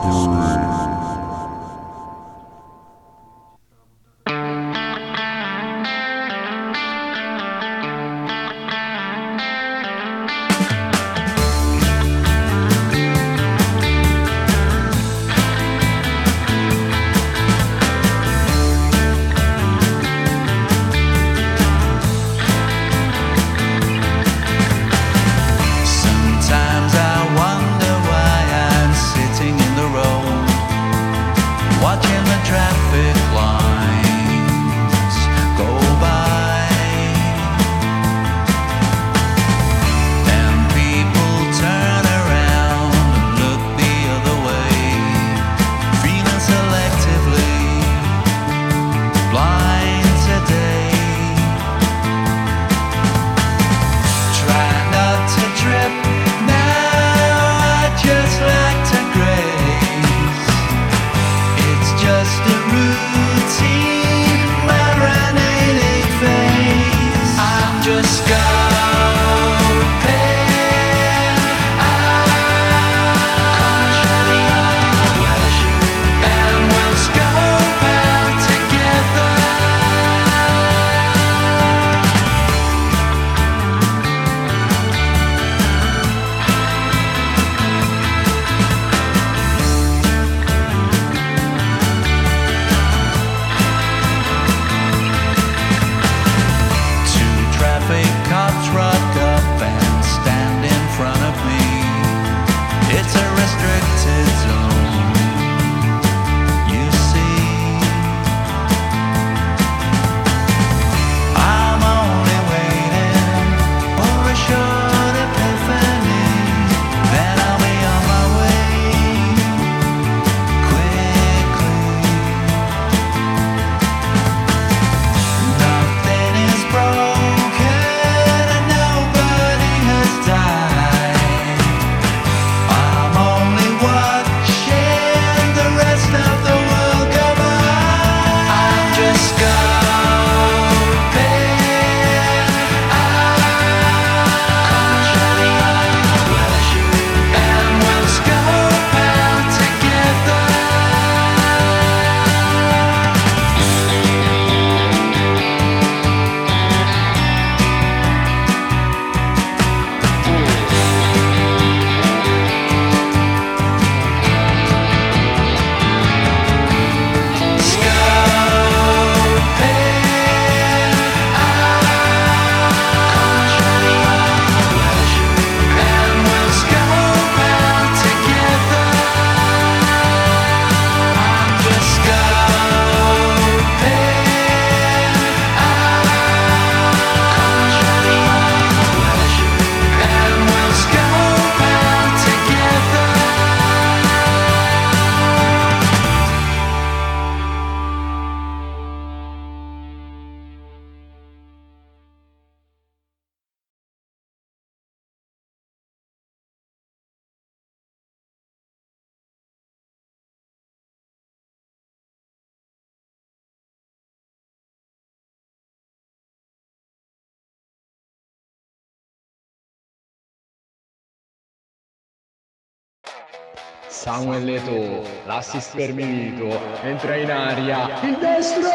Samuel Eto'o, l'assist per Milito, entra in aria, il destro,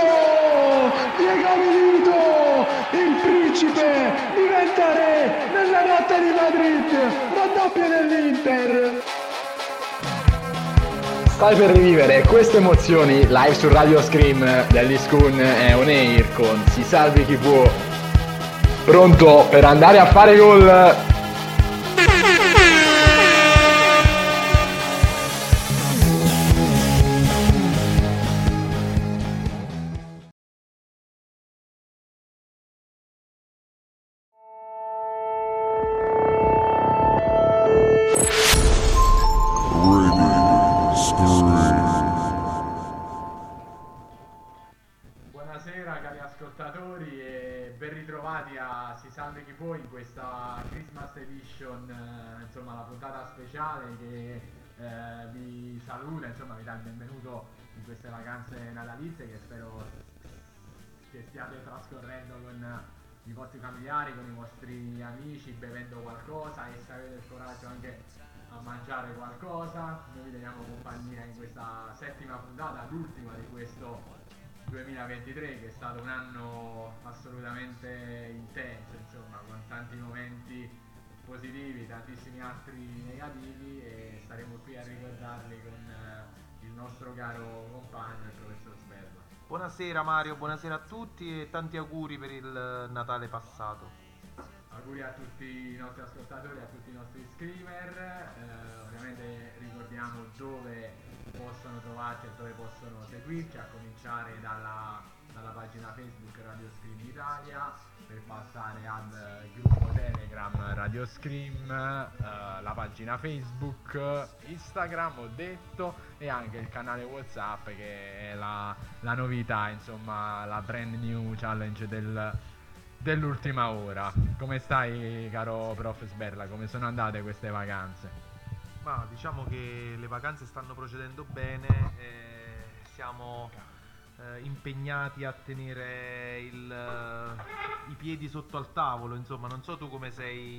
Diego Milito, il principe diventa re nella notte di Madrid, raddoppia dell'Inter. Stai per rivivere queste emozioni live su Radio Scream degli Scun e On Air con Si Salvi Chi Può, pronto per andare a fare gol. Buonasera cari ascoltatori e ben ritrovati a Si Salve Chi Può in questa Christmas Edition, insomma la puntata speciale che vi saluta, insomma vi dà il benvenuto in queste vacanze natalizie che spero che stiate trascorrendo con i vostri familiari, con i vostri amici, bevendo qualcosa e se avete il coraggio anche a mangiare qualcosa. Noi vi teniamo compagnia in questa settima puntata, l'ultima di questo 2023, che è stato un anno assolutamente intenso, insomma, con tanti momenti positivi, tantissimi altri negativi, e staremo qui a ricordarli con il nostro caro compagno, il professor Sberla. Buonasera Mario, buonasera a tutti e tanti auguri per il Natale passato. Auguri a tutti i nostri ascoltatori, a tutti i nostri screamer. Ovviamente ricordiamo dove possono trovarci e dove possono seguirci, a cominciare dalla pagina Facebook Radio Scream Italia, per passare al gruppo Telegram Radio Scream, la pagina Facebook, Instagram ho detto, e anche il canale WhatsApp, che è la novità, insomma, la brand new challenge dell'ultima ora. Come stai, caro prof Sberla? Come sono andate queste vacanze? Ma diciamo che le vacanze stanno procedendo bene, siamo impegnati a tenere i piedi sotto al tavolo, insomma, non so tu come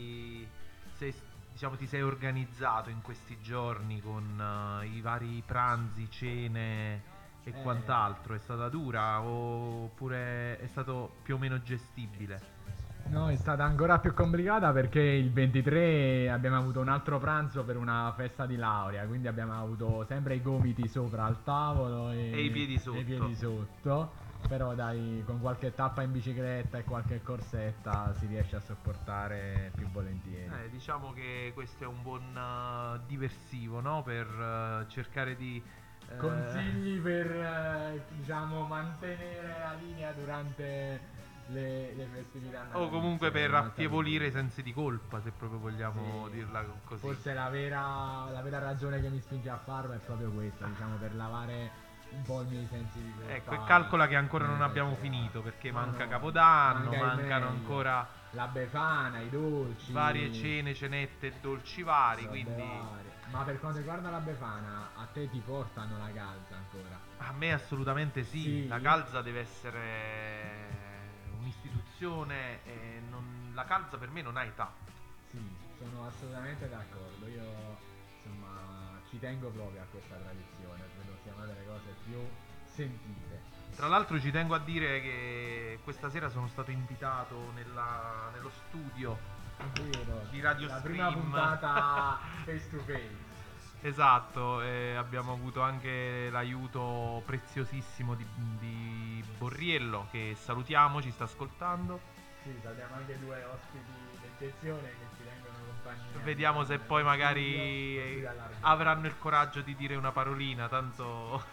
diciamo, ti sei organizzato in questi giorni con i vari pranzi, cene e quant'altro. È stata dura oppure è stato più o meno gestibile? No, è stata ancora più complicata perché il 23 abbiamo avuto un altro pranzo per una festa di laurea, quindi abbiamo avuto sempre i gomiti sopra al tavolo e i piedi sotto. Però dai, con qualche tappa in bicicletta e qualche corsetta si riesce a sopportare più volentieri. Diciamo che questo è un buon diversivo, no? Per cercare di consigli per diciamo mantenere la linea durante le festività natalizie, o comunque per affievolire i sensi di colpa, se proprio vogliamo dirla così. Forse la vera ragione che mi spinge a farlo è proprio questa, diciamo, per lavare un po' i miei sensi di colpa. Ecco, e calcola che ancora non abbiamo finito, perché manca Capodanno, mancano ancora la Befana, i dolci, varie cene, cenette e dolci vari, quindi... Ma per quanto riguarda la Befana, a te ti portano la calza ancora? A me assolutamente sì. La calza deve essere un'istituzione, la calza per me non ha età. Sì, sono assolutamente d'accordo. Io insomma ci tengo proprio a questa tradizione, credo sia una delle cose più sentite. Tra l'altro ci tengo a dire che questa sera sono stato invitato nello studio di Radio la Scream, prima puntata face to face. Esatto, abbiamo avuto anche l'aiuto preziosissimo di Borriello, che salutiamo, ci sta ascoltando. Sì, salutiamo anche due ospiti d'eccezione che ci tengono compagnia. Vediamo se poi magari avranno il coraggio di dire una parolina, tanto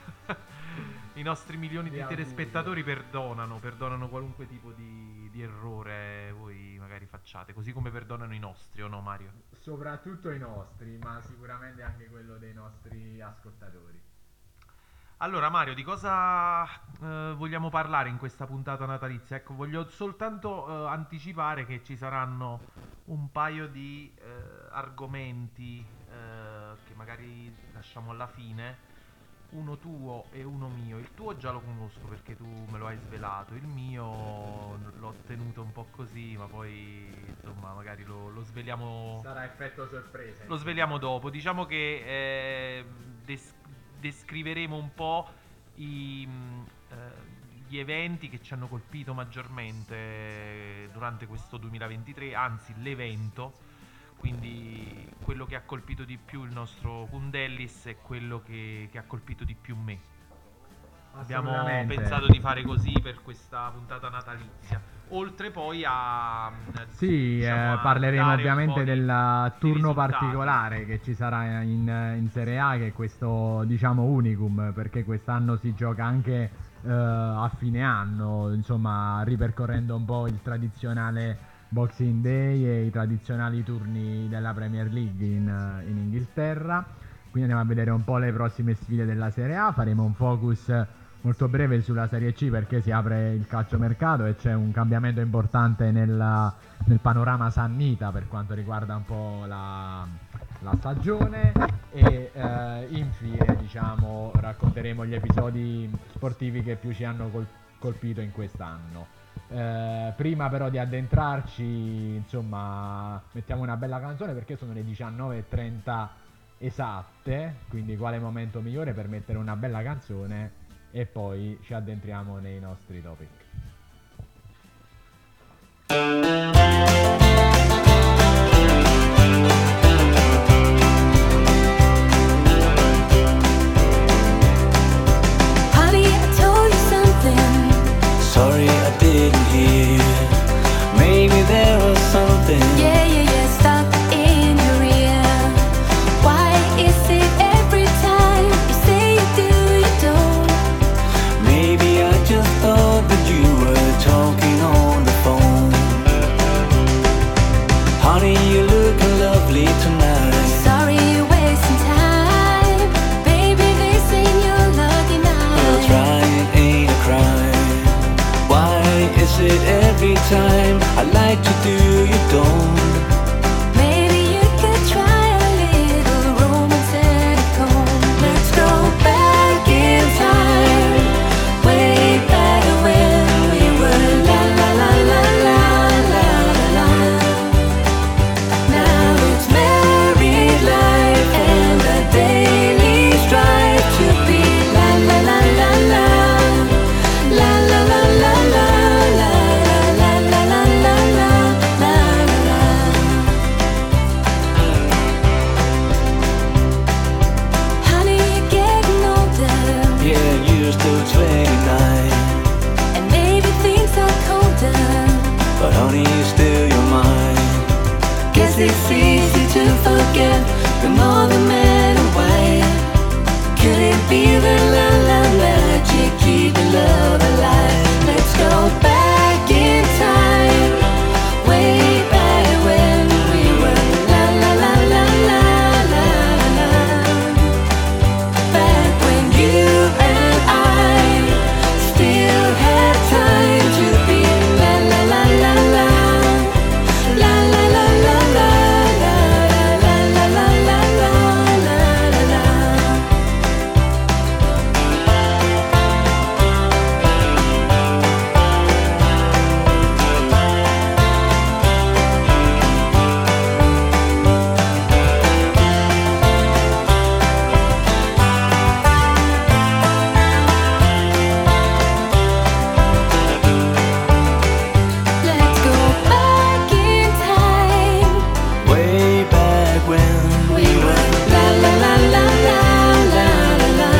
i nostri milioni di telespettatori perdonano qualunque tipo di errore voi magari facciate, così come perdonano i nostri, o no Mario? Soprattutto i nostri, ma sicuramente anche quello dei nostri ascoltatori. Allora Mario, di cosa vogliamo parlare in questa puntata natalizia? Ecco, voglio soltanto anticipare che ci saranno un paio di argomenti che magari lasciamo alla fine, uno tuo e uno mio. Il tuo già lo conosco perché tu me lo hai svelato, il mio l'ho tenuto un po' così, ma poi insomma magari lo sveliamo. Sarà effetto sorpresa. Lo sveliamo dopo. Diciamo che descriveremo un po' gli eventi che ci hanno colpito maggiormente durante questo 2023, anzi l'evento, quindi quello che ha colpito di più il nostro Kundellis e quello che ha colpito di più me. Abbiamo pensato di fare così per questa puntata natalizia, oltre poi a parleremo ovviamente del turno particolare che ci sarà in Serie A, che è questo, diciamo, unicum, perché quest'anno si gioca anche a fine anno, insomma, ripercorrendo un po' il tradizionale Boxing Day e i tradizionali turni della Premier League in Inghilterra. Quindi andiamo a vedere un po' le prossime sfide della Serie A, faremo un focus molto breve sulla Serie C perché si apre il calciomercato e c'è un cambiamento importante nel panorama sannita per quanto riguarda un po' la stagione, e infine, diciamo, racconteremo gli episodi sportivi che più ci hanno colpito in quest'anno. Prima però di addentrarci, insomma, mettiamo una bella canzone perché sono le 19:30 esatte, quindi quale momento migliore per mettere una bella canzone, e poi ci addentriamo nei nostri topic. Honey, I told you something. Sorry I didn't hear. Maybe there was something. Yeah, stuck in your ear. Why is it every time you say you do, you don't? Maybe I just thought that you were talking on the phone. Honey, you're looking lovely tonight. Sorry you're wasting time. Baby, this ain't your lucky night. Well, trying ain't a crime. Why is it every time I like to do, you don't? Maybe you could try a little romance at home. Let's go back in time, way back when we were la la la la la la la la. Now it's married life and a daily strive to be la la la la la la la la la la la la la la la la la. Honey, you're getting older, Yeah, you're still 29. and maybe things are colder. But honey, you're still your mind. Guess it's easy to forget the more the matter why. Could it be the la la magic keeping love alive? Let's go back in time, way back when we were la la la la la la la. Back when you and I still had time to be la la la la la. La la la la la la la la la la la la la. Let's go back in time. Way back when We were la la la la la la la la.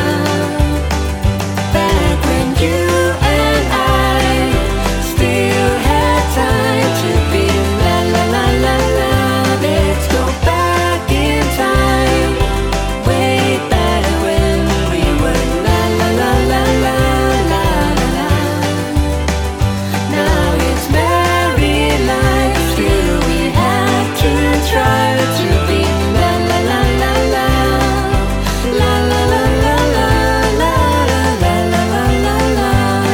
Back when you and I still had time to be la la la la la. Let's go back in time, way back when we were la la la la la la la la. Now it's married life, still we have to try to be la la la la la la la la la la la la la la la la.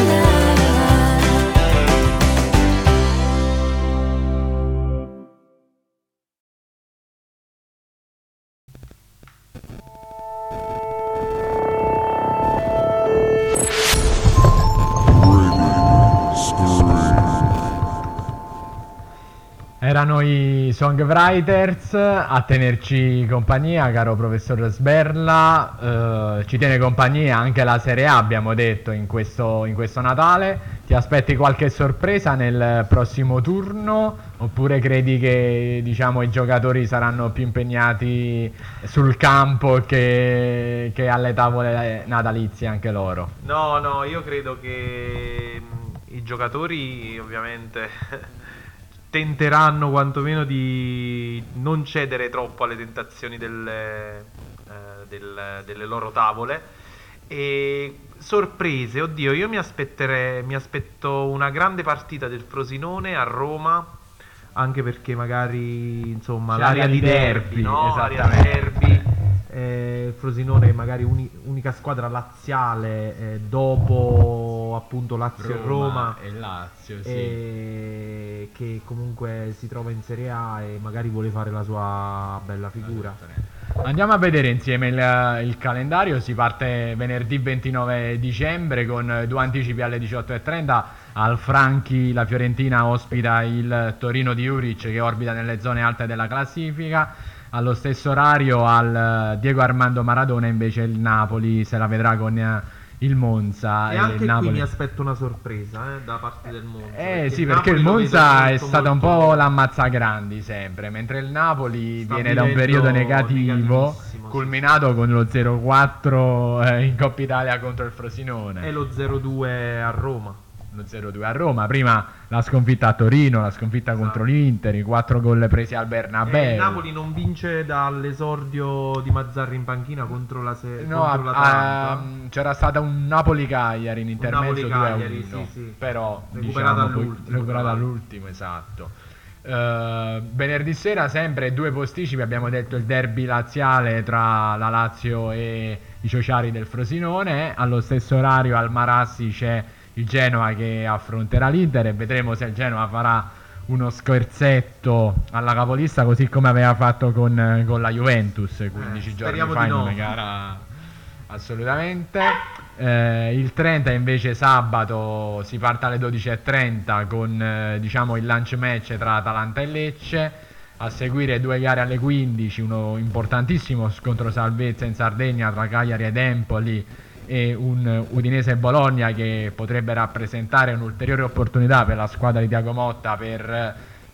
Erano i Songwriters a tenerci compagnia, caro professor Sberla. Ci tiene compagnia anche la Serie A, abbiamo detto, in questo Natale. Ti aspetti qualche sorpresa nel prossimo turno, oppure credi che, diciamo, i giocatori saranno più impegnati sul campo che alle tavole natalizie anche loro? No, io credo che i giocatori ovviamente tenteranno quantomeno di non cedere troppo alle tentazioni delle loro tavole. E sorprese, oddio, io mi aspetto una grande partita del Frosinone a Roma, anche perché magari, insomma, C'è l'area aria di di derby, no? L'area di esattamente. derby, il Frosinone magari unica squadra laziale dopo appunto Lazio e Roma, e Lazio, sì. e che comunque si trova in Serie A e magari vuole fare la sua bella figura. Andiamo a vedere insieme il calendario. Si parte venerdì 29 dicembre con due anticipi alle 18:30. Al Franchi la Fiorentina ospita il Torino di Juric, che orbita nelle zone alte della classifica. Allo stesso orario al Diego Armando Maradona invece il Napoli se la vedrà con il Monza. E anche il Napoli... qui mi aspetto una sorpresa da parte del Monza. Sì, perché il Napoli lo Monza vedo è molto, stata un molto- po' l'ammazzagrandi sempre, mentre il Napoli Sta viene da un vivendo periodo negativo, negativissimo, sì. culminato con lo 0-4 in Coppa Italia contro il Frosinone. E lo 0-2 a Roma. Lo 0-2 a Roma, prima la sconfitta a Torino, la sconfitta contro l'Inter, i 4 gol presi al Bernabeu. Il Napoli non vince dall'esordio di Mazzarri in panchina contro la No, contro l'Atalanta. c'era stata un Napoli-Cagliari in intermezzo Napoli-Cagliari, 2-1, sì, sì. però Recuperata diciamo, all'ultimo, recuperata tra l'altro. all'ultimo, esatto. Venerdì sera sempre 2 posticipi, abbiamo detto il derby laziale tra la Lazio e i Ciociari del Frosinone. Allo stesso orario al Marassi c'è il Genoa che affronterà l'Inter e vedremo se il Genoa farà uno scherzetto alla capolista così come aveva fatto con la Juventus 15 giorni speriamo fa di in no. una gara assolutamente. Il 30 invece sabato si parte alle 12:30 con diciamo il lunch match tra Atalanta e Lecce, a seguire 2 gare alle 15, uno importantissimo scontro salvezza in Sardegna tra Cagliari ed Empoli e un Udinese Bologna che potrebbe rappresentare un'ulteriore opportunità per la squadra di Thiago Motta per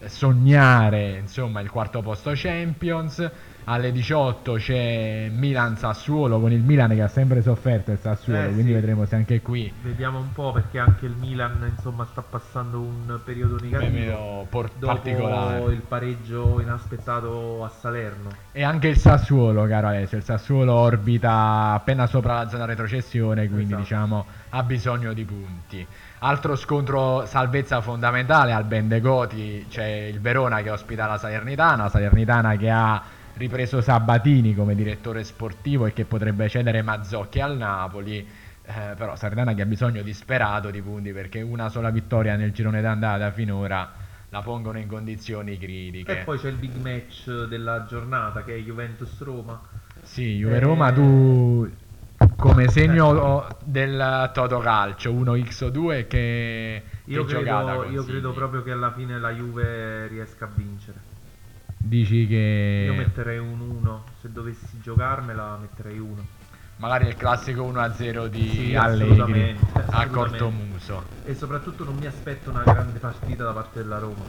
sognare insomma il quarto posto Champions. Alle 18 c'è Milan-Sassuolo con il Milan che ha sempre sofferto il Sassuolo, quindi sì. vedremo se anche qui Vediamo un po' perché anche il Milan insomma sta passando un periodo negativo dopo particolare. il pareggio inaspettato a Salerno. E anche il Sassuolo, caro Alessio, il Sassuolo orbita appena sopra la zona retrocessione, quindi Esatto. diciamo ha bisogno di punti. Altro scontro salvezza fondamentale al Bendegoti, c'è il Verona che ospita la Salernitana che ha ripreso Sabatini come direttore sportivo e che potrebbe cedere Mazzocchi al Napoli, però Salernitana che ha bisogno disperato di punti perché una sola vittoria nel girone d'andata finora la pongono in condizioni critiche. E poi c'è il big match della giornata che è Juventus-Roma. Sì, Juve-Roma tu come segno del Totocalcio 1x2 che giocata Io consigli? credo proprio che alla fine la Juve riesca a vincere. Dici che Io metterei un 1, se dovessi giocarmela metterei 1. magari il classico 1-0 di Sì, Allegri assolutamente, a assolutamente. cortomuso. E soprattutto non mi aspetto una grande partita da parte della Roma.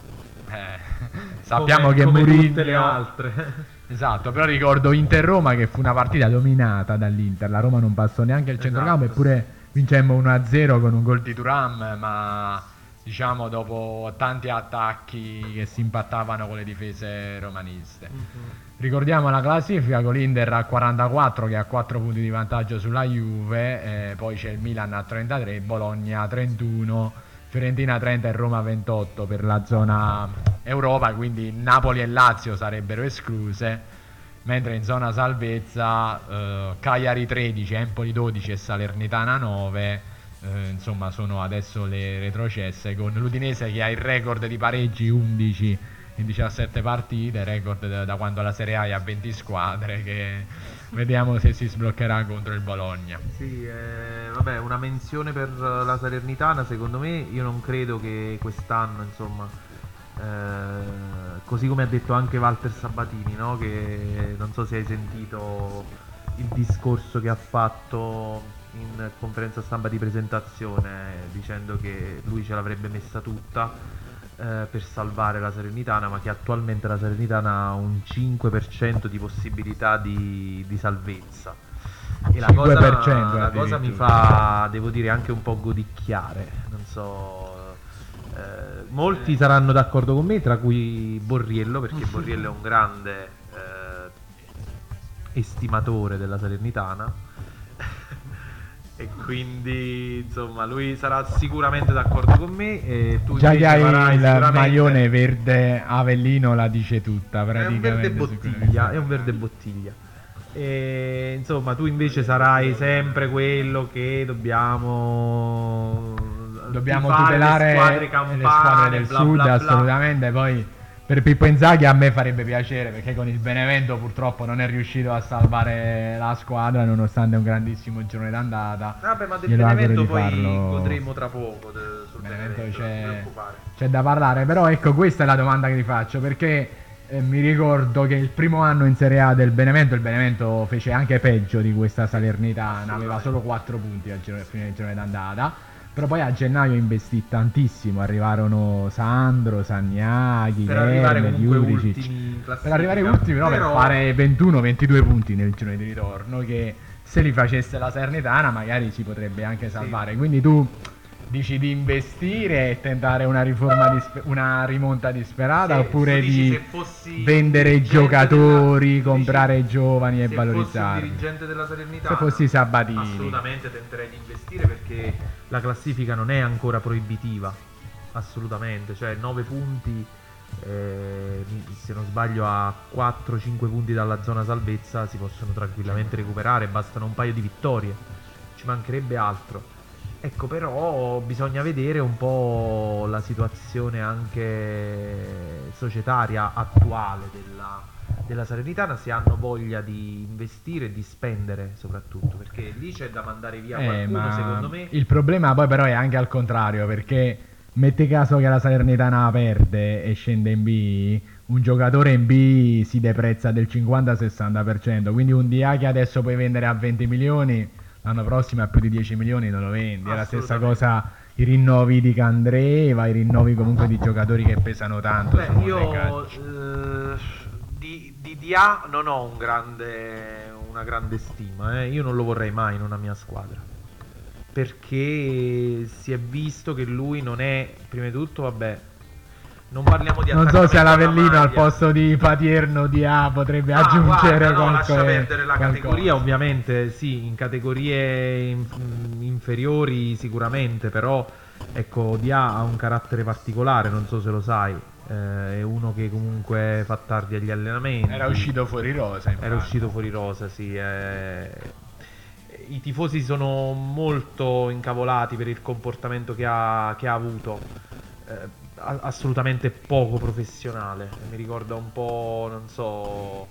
Sappiamo come, che come Mourinho tutte le altre. Esatto, però ricordo Inter-Roma che fu una partita dominata dall'Inter, la Roma non passò neanche il centrocampo, Esatto. eppure vincemmo 1-0 con un gol di Thuram, ma diciamo dopo tanti attacchi che si impattavano con le difese romaniste. Ricordiamo la classifica con l'Inter a 44 che ha 4 punti di vantaggio sulla Juve, poi c'è il Milan a 33, Bologna a 31, Fiorentina 30 e Roma 28 per la zona Europa, quindi Napoli e Lazio sarebbero escluse, mentre in zona salvezza Cagliari 13, Empoli 12 e Salernitana 9. Insomma sono adesso le retrocesse, con l'Udinese che ha il record di pareggi 11 in 17 partite, record da quando la Serie A è a 20 squadre, che vediamo se si sbloccherà contro il Bologna. Sì, vabbè, una menzione per la Salernitana, secondo me. Io non credo che quest'anno, insomma, così come ha detto anche Walter Sabatini, no? Che non so se hai sentito il discorso che ha fatto in conferenza stampa di presentazione, dicendo che lui ce l'avrebbe messa tutta per salvare la Salernitana, ma che attualmente la Salernitana ha un 5% di possibilità di salvezza. E la 5% la cosa mi fa, devo dire, anche un po' godicchiare. Non so, molti saranno d'accordo con me, tra cui Borriello, perché Borriello è un grande estimatore della Salernitana. E quindi insomma lui sarà sicuramente d'accordo con me, e tu Già che invece hai farai il sicuramente- maglione verde Avellino la dice tutta è un praticamente. verde bottiglia, è un verde bottiglia. E insomma tu invece sarai sempre quello che dobbiamo tifare tutelare le squadre le campane, squadre del bla sud, bla bla. assolutamente. Poi per Pippo Inzaghi a me farebbe piacere, perché con il Benevento purtroppo non è riuscito a salvare la squadra nonostante un grandissimo girone d'andata. Vabbè, ma del Glielo auguro Benevento di poi farlo. godremo tra poco sul Benevento Benevento, non ti c'è, preoccupare. c'è da parlare, però ecco questa è la domanda che ti faccio, perché mi ricordo che il primo anno in Serie A del Benevento, il Benevento fece anche peggio di questa Salernitana, aveva solo 4 punti a fine del girone d'andata, però poi a gennaio investì tantissimo, arrivarono Sandro, Sagniaghi, Per arrivare Lerner, comunque Juricic. ultimi in Per classifica. arrivare ultimi, no, Però- per fare 21-22 punti nel girone di ritorno, che se li facesse la Salernitana magari si potrebbe anche salvare. Quindi tu dici di investire e tentare una riforma una rimonta disperata, Se- oppure tu dici di se fossi vendere i dirigente giocatori, della- tu comprare i giovani e se fossi un valorizzarli? dirigente della Salernitana, Se fossi Sabatini. assolutamente tenterei di investire, perché la classifica non è ancora proibitiva, assolutamente, cioè 9 punti, se non sbaglio a 4-5 punti dalla zona salvezza si possono tranquillamente recuperare, bastano un paio di vittorie, ci mancherebbe altro. Ecco, però bisogna vedere un po' la situazione anche societaria attuale della Salernitana, se hanno voglia di investire e di spendere soprattutto, perché lì c'è da mandare via qualcuno, Ma secondo me. il problema poi però è anche al contrario, perché metti caso che la Salernitana perde e scende in B, un giocatore in B si deprezza del 50-60%, quindi un DA che adesso puoi vendere a 20 milioni, l'anno prossimo a più di 10 milioni non lo vendi. È la stessa Assolutamente. cosa i rinnovi di Candreva, i rinnovi comunque di giocatori che pesano tanto. Beh, sul mondo del io calcio. di DA non ho una grande stima, io non lo vorrei mai in una mia squadra, perché si è visto che lui non è, prima di tutto, vabbè, non parliamo di Non so se attaccamento alla all'Avellino al maglia. posto di Patierno DA potrebbe Ah, aggiungere guarda, no, lascia qualche- perdere la qualcosa. categoria, ovviamente sì, in categorie inferiori sicuramente, però ecco, DA ha un carattere particolare, non so se lo sai, è uno che comunque fa tardi agli allenamenti. Era uscito fuori rosa, infatti. Era uscito fuori rosa, sì. I tifosi sono molto incavolati per il comportamento che ha avuto. Assolutamente poco professionale. Mi ricorda un po', non so,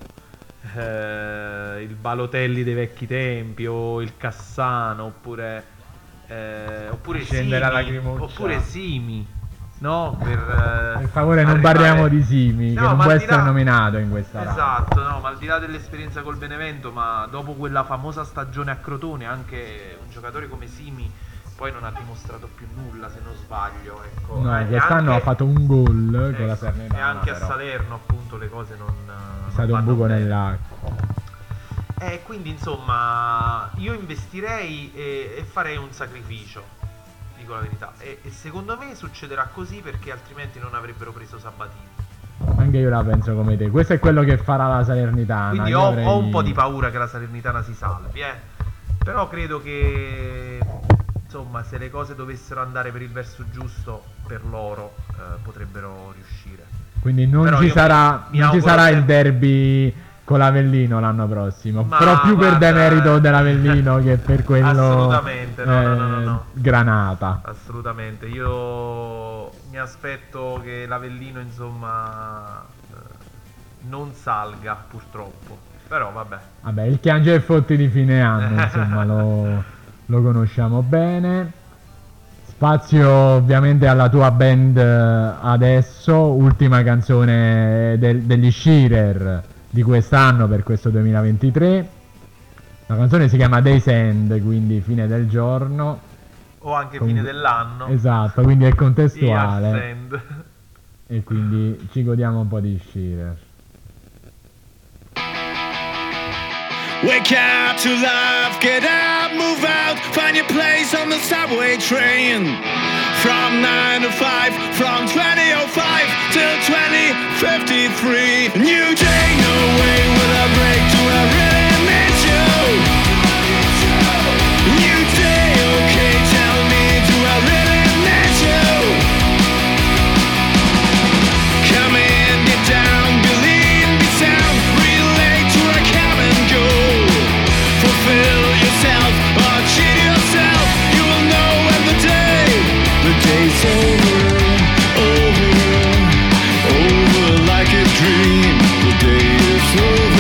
il Balotelli dei vecchi tempi, o il Cassano, oppure Scende la Simi, lacrimoccia. oppure Simi, no? Per favore, non arrivare- parliamo di Simi, No, che non ma può al di essere là- nominato in questa round. Esatto, no, ma al di là dell'esperienza col Benevento, ma dopo quella famosa stagione a Crotone, anche un giocatore come Simi poi non ha dimostrato più nulla, se non sbaglio, ecco. No, E quest'anno anche- ha fatto un gol con ecco, la Salernitana. e anche a però. Salerno, appunto, le cose non È stato un buco nell'acqua. quindi insomma io investirei e farei un sacrificio, dico la verità, e secondo me succederà così, perché altrimenti non avrebbero preso Sabatini. Anche io la penso come te. Questo è quello che farà la Salernitana. Quindi Io ho avrei- un po' di paura che la Salernitana si salvi, però credo che insomma, se le cose dovessero andare per il verso giusto per loro, potrebbero riuscire. Quindi non Però ci io sarà, mi non ci auguro sarà il sempre- derby con l'Avellino l'anno prossimo. Ma Però più per guarda, demerito dell'Avellino che per quello Assolutamente, no. Granata. Assolutamente, io mi aspetto che l'Avellino, insomma, non salga, purtroppo. Però vabbè. Vabbè, il Chiange e Fotti di fine anno, insomma, lo conosciamo bene. Spazio ovviamente alla tua band adesso, ultima canzone degli Shearer di quest'anno per questo 2023. La canzone si chiama Day's End, quindi fine del giorno. O anche Comunque- fine dell'anno. Esatto, quindi è Year's contestuale End. e quindi ci godiamo un po' di Shearer. Wake up to life, get up, move out, find your place on the subway train. From 9 to 5, from 2005 till 2053. New day, no way will I break, do I really miss you? New day, okay, tell me, do I really miss you? Come in, get down, believe, be sound, relate to a come and go. Fulfill yourself or cheat yourself, you will know when the day's over like a dream, the day is over.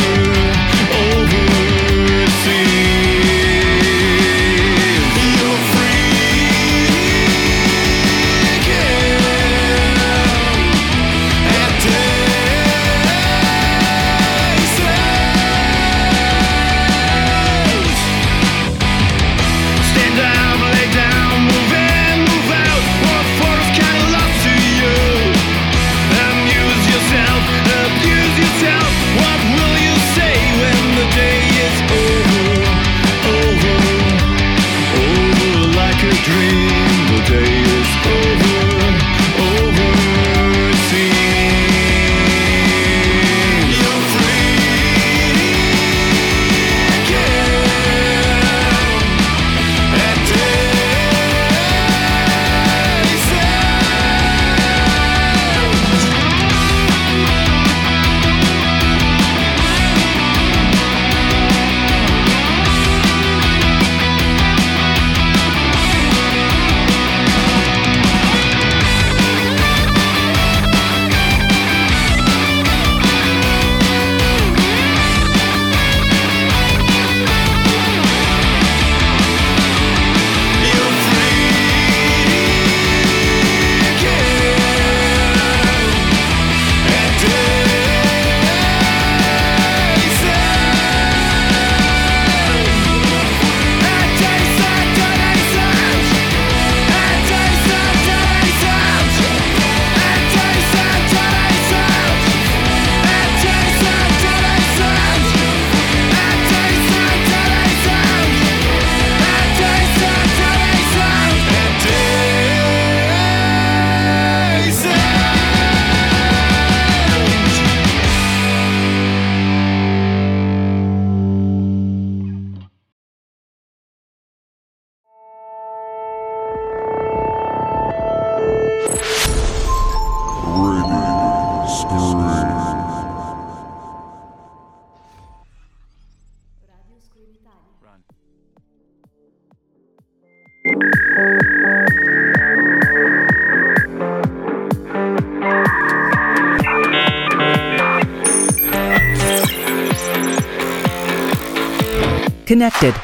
Connected.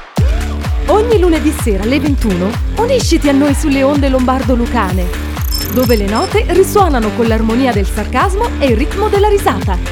Ogni lunedì sera alle 21 unisciti a noi sulle onde lombardo-lucane, dove le note risuonano con l'armonia del sarcasmo e il ritmo della risata.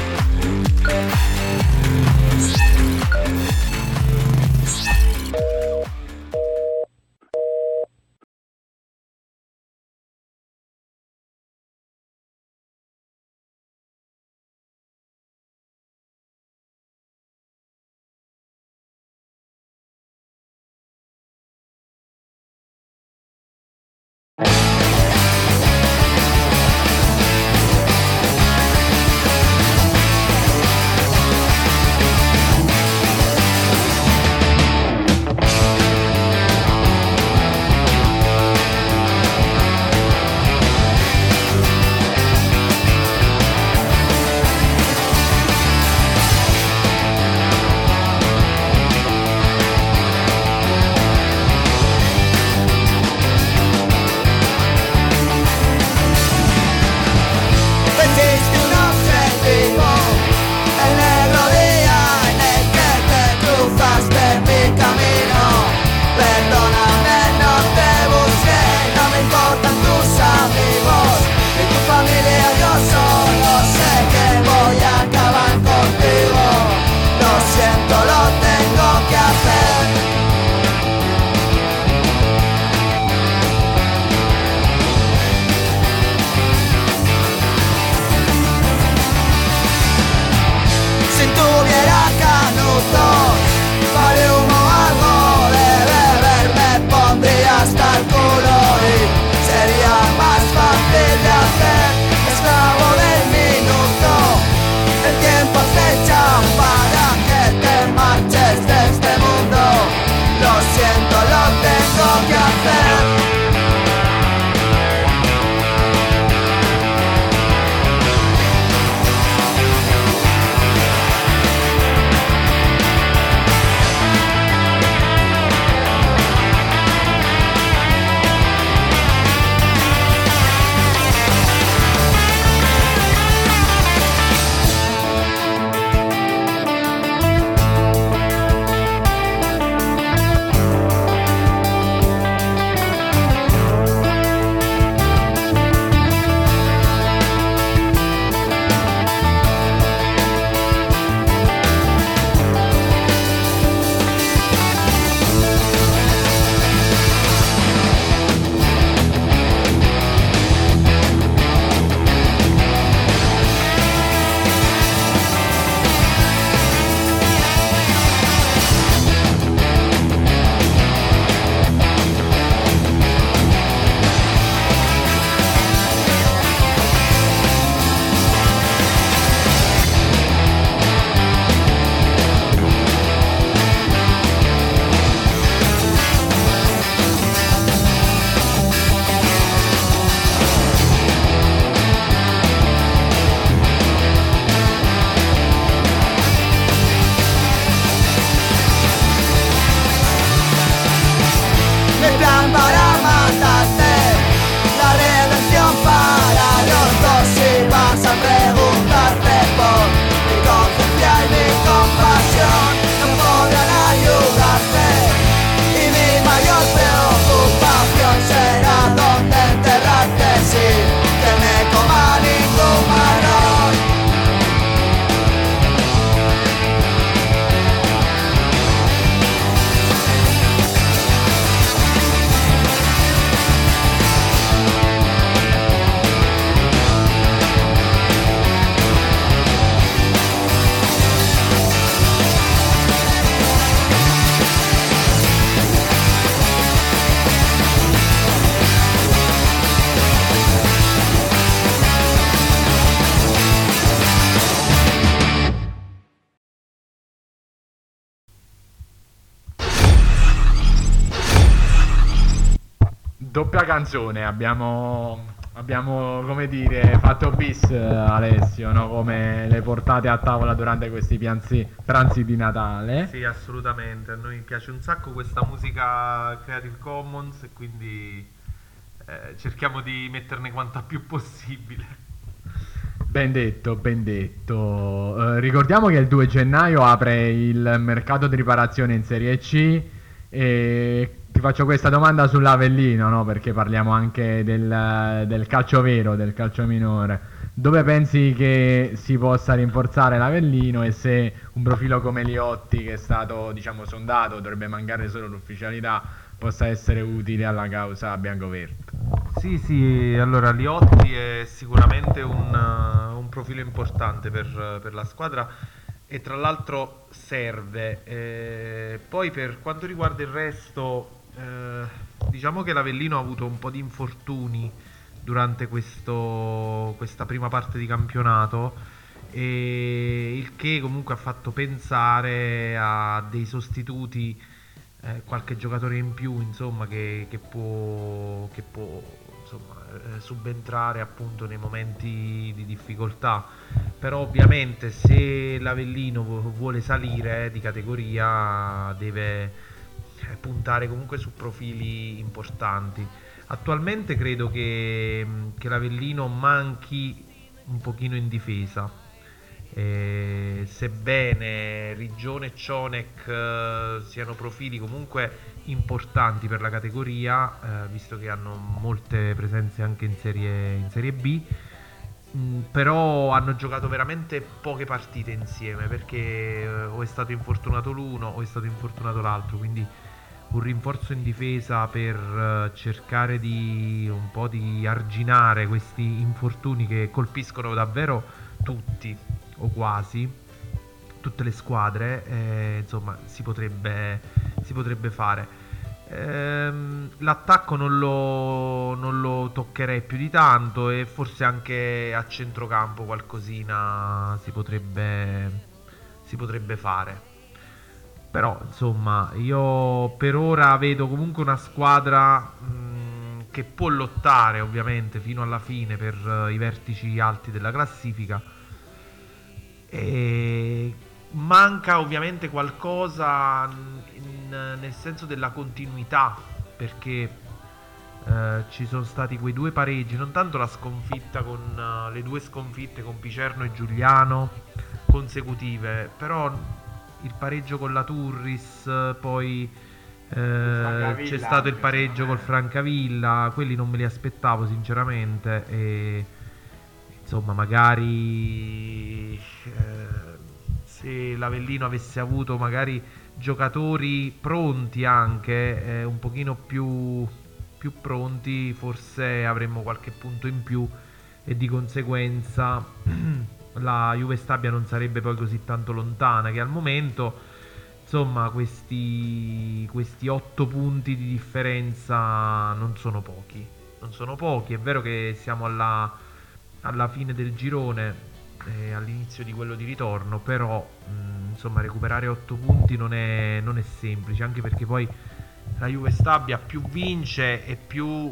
Doppia canzone, abbiamo Abbiamo, come dire, fatto bis, Alessio, no? Come le portate a tavola durante questi pranzi di Natale. Sì, assolutamente. A noi piace un sacco questa musica Creative Commons e quindi cerchiamo di metterne quanta più possibile. Ben detto, ben detto. Ricordiamo che il 2 gennaio apre il mercato di riparazione in Serie C e ti faccio questa domanda sull'Avellino, no? Perché parliamo anche del calcio vero, del calcio minore. Dove pensi che si possa rinforzare l'Avellino e se un profilo come Liotti, che è stato, diciamo, sondato, dovrebbe mancare solo l'ufficialità, possa essere utile alla causa biancoverde? Sì, allora Liotti è sicuramente un profilo importante per la squadra e tra l'altro serve. Poi per quanto riguarda il resto, diciamo che l'Avellino ha avuto un po' di infortuni durante questa prima parte di campionato, e il che comunque ha fatto pensare a dei sostituti, qualche giocatore in più, insomma, che può insomma, subentrare appunto nei momenti di difficoltà. Però ovviamente se l'Avellino vuole salire di categoria deve puntare comunque su profili importanti. Attualmente credo che l'Avellino manchi un pochino in difesa, sebbene Rigione e Cionek siano profili comunque importanti per la categoria, visto che hanno molte presenze anche in Serie B, però hanno giocato veramente poche partite insieme, perché o è stato infortunato l'uno o è stato infortunato l'altro, quindi un rinforzo in difesa per cercare di un po' di arginare questi infortuni che colpiscono davvero tutti o quasi tutte le squadre, insomma si potrebbe fare. L'attacco non lo toccherei più di tanto, e forse anche a centrocampo qualcosina si potrebbe fare. Però insomma io per ora vedo comunque una squadra che può lottare ovviamente fino alla fine per i vertici alti della classifica, e manca ovviamente qualcosa nel senso della continuità, perché ci sono stati quei due pareggi, non tanto la sconfitta con le due sconfitte con Picerno e Giuliano consecutive, però il pareggio con la Turris, poi c'è stato il pareggio col Francavilla, quelli non me li aspettavo sinceramente, e insomma magari se l'Avellino avesse avuto magari giocatori pronti anche, un pochino più pronti, forse avremmo qualche punto in più e di conseguenza la Juve Stabia non sarebbe poi così tanto lontana, che al momento insomma questi 8 punti di differenza non sono pochi. È vero che siamo alla fine del girone, all'inizio di quello di ritorno, però insomma recuperare 8 punti non è semplice, anche perché poi la Juve Stabia più vince e più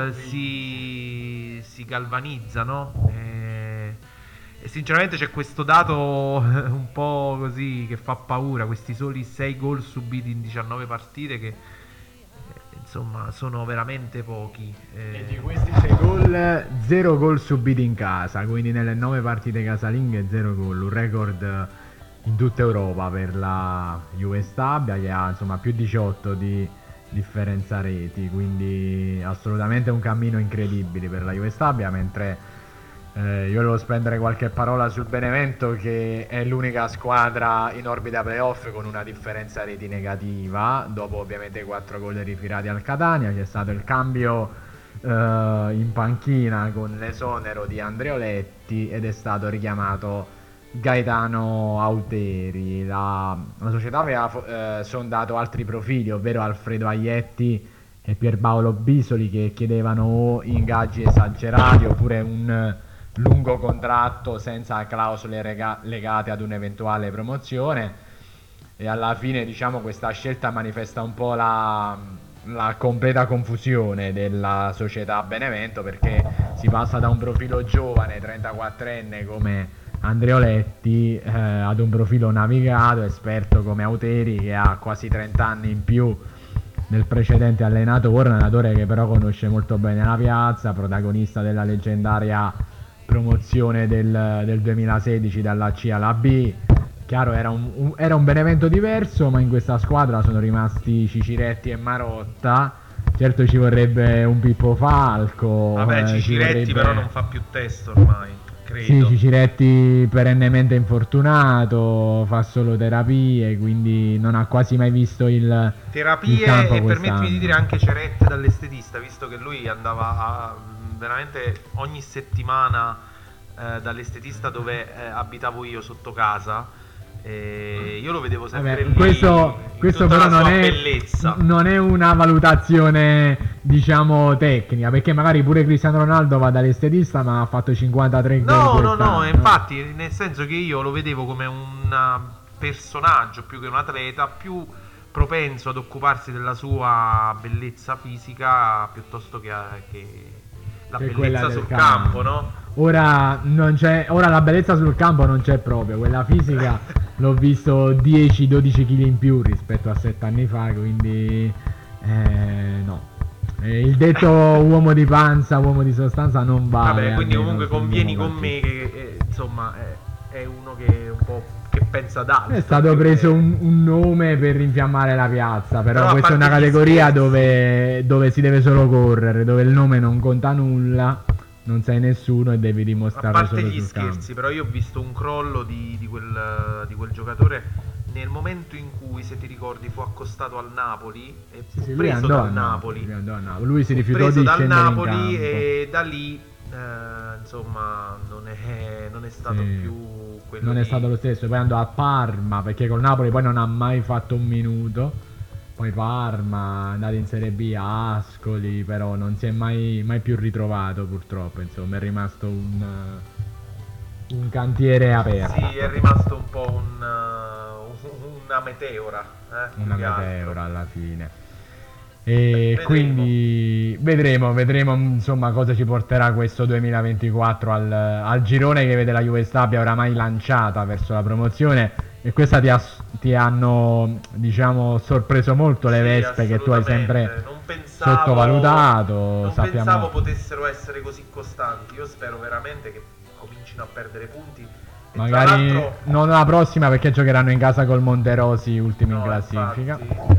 si galvanizza, no? E sinceramente c'è questo dato un po' così che fa paura, questi soli 6 gol subiti in 19 partite che insomma sono veramente pochi. E di questi 6 gol, 0 gol subiti in casa, quindi nelle 9 partite casalinghe 0 gol, un record in tutta Europa per la Juve Stabia, che ha insomma più 18 di differenza reti, quindi assolutamente un cammino incredibile per la Juve Stabia, mentre io volevo spendere qualche parola sul Benevento, che è l'unica squadra in orbita playoff con una differenza reti negativa, dopo ovviamente 4 gol ritirati al Catania. C'è stato il cambio in panchina con l'esonero di Andreoletti ed è stato richiamato Gaetano Auteri. La società aveva sondato altri profili, ovvero Alfredo Aglietti e Pierpaolo Bisoli, che chiedevano o ingaggi esagerati oppure un lungo contratto senza clausole legate ad un'eventuale promozione, e alla fine diciamo questa scelta manifesta un po' la la completa confusione della società Benevento, perché si passa da un profilo giovane 34enne come Andreoletti ad un profilo navigato, esperto come Auteri, che ha quasi 30 anni in più del precedente allenatore, un allenatore che però conosce molto bene la piazza, protagonista della leggendaria promozione del 2016 dalla C alla B. Chiaro, era un Benevento diverso, ma in questa squadra sono rimasti Ciciretti e Marotta. Certo ci vorrebbe un Pippo Falco. Vabbè, Ciciretti però non fa più testo ormai, credo. Sì, Ciciretti perennemente infortunato, fa solo terapie, quindi non ha quasi mai visto il terapie campo e quest'anno. permettimi di dire anche cerette dall'estetista, visto che lui andava veramente ogni settimana dall'estetista dove abitavo io sotto casa. Io lo vedevo sempre Vabbè, lì, questo tutta però la sua non bellezza. non è una valutazione, diciamo, tecnica, perché magari pure Cristiano Ronaldo va dall'estetista ma ha fatto 53 gol No, quest'anno. infatti, nel senso che io lo vedevo come un personaggio più che un atleta, più propenso ad occuparsi della sua bellezza fisica piuttosto che la Che quella bellezza del sul campo. campo, no? Ora la bellezza sul campo non c'è proprio, quella fisica l'ho visto 10-12 kg in più rispetto a 7 anni fa, quindi no. Il detto uomo di panza, uomo di sostanza non vale. Vabbè, quindi almeno comunque sul convieni mio con me che insomma è uno che un po' che pensa ad altro. È stato preso un nome per rinfiammare la piazza, però a questa è una parte gli categoria scherzi, dove si deve solo correre, dove il nome non conta nulla, non sei nessuno e devi a dimostrarlo parte solo gli sul scherzi, però io ho visto un crollo di quel giocatore nel momento in cui, se ti ricordi, fu accostato al Napoli e fu Sì, lui preso andò dal a Napoli. Lui andò a Napoli. Lui si Fu rifiutò preso di dal scendere in Napoli campo. e da lì insomma non è stato Sì. più quello Non è di- stato lo stesso, poi andò a Parma perché col Napoli poi non ha mai fatto un minuto. Poi Parma, è andato in Serie B, Ascoli, però non si è mai più ritrovato purtroppo, insomma è rimasto un cantiere aperto. Sì, è rimasto un po' una meteora, Una più che altro. meteora alla fine. E Vedremo. quindi vedremo insomma cosa ci porterà questo 2024 al girone che vede la Juve Stabia oramai lanciata verso la promozione, e questa ti hanno, diciamo, sorpreso molto le Sì, vespe che tu hai sempre assolutamente. Non pensavo- sottovalutato. Non Sappiamo pensavo potessero essere così costanti. Io spero veramente che comincino a perdere punti. E tra magari l'altro- non la prossima perché giocheranno in casa col Monterosi, ultimi in No, classifica. infatti,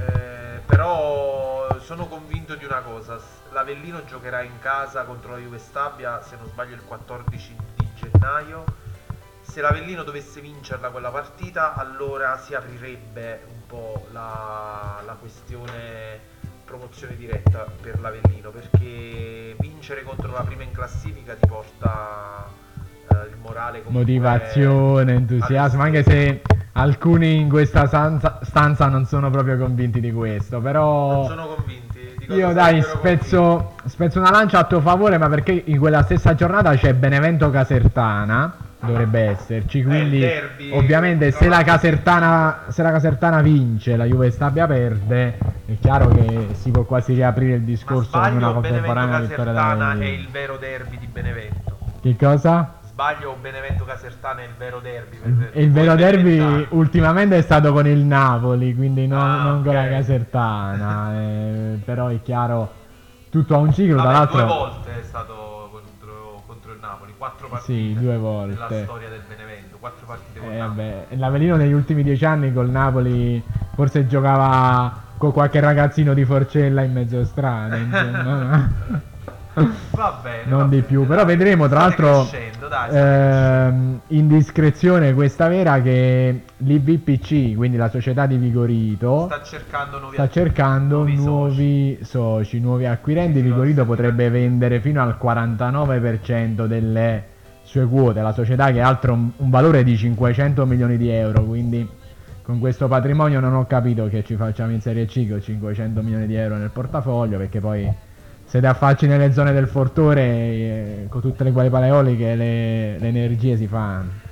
però sono convinto di una cosa: l'Avellino giocherà in casa contro la Juve Stabia, se non sbaglio, il 14 di gennaio. Se l'Avellino dovesse vincerla quella partita, allora si aprirebbe un po' la questione promozione diretta per l'Avellino, perché vincere contro la prima in classifica ti porta il morale comunque Motivazione, entusiasmo, anche se alcuni in questa stanza non sono proprio convinti di questo, però non sono convinti. Di cosa io dai sarebbero spezzo una lancia a tuo favore, ma perché in quella stessa giornata c'è Benevento Casertana, dovrebbe esserci, quindi il derby, ovviamente tra se la l'altro. Casertana vince, la Juve Stabia perde, è chiaro che si può quasi riaprire il Ma discorso con una sbaglio, contemporanea Benevento vittoria Casertana è d'Avellino. il vero derby di Benevento. Che cosa? Sbaglio, Benevento Casertana è il vero derby. E il vero Voi derby beneventani. ultimamente è stato con il Napoli, quindi Ah, non con la ok. Casertana, però è chiaro, tutto ha un ciclo, tra Vabbè, l'altro. 2 volte è stato contro il Napoli, 4 partite. Sì, 2 volte. Nella storia del Benevento, 4 partite con Napoli. Vabbè, l'Avellino negli ultimi 10 anni col Napoli forse giocava con qualche ragazzino di Forcella in mezzo strada, insomma. Va bene. Non va di bene, più, dai. però vedremo, tra State l'altro crescendo, dai, state crescendo. indiscrezione questa vera che l'IVPC, quindi la società di Vigorito, sta cercando nuovi soci, nuovi acquirenti. Vigorito potrebbe vendere fino al 49% delle sue quote, la società che ha altro un valore di 500 milioni di euro, quindi con questo patrimonio non ho capito che ci facciamo in Serie C con 500 milioni di euro nel portafoglio, perché poi se ti affacci nelle zone del Fortore con tutte le quali paleoliche le energie si fanno.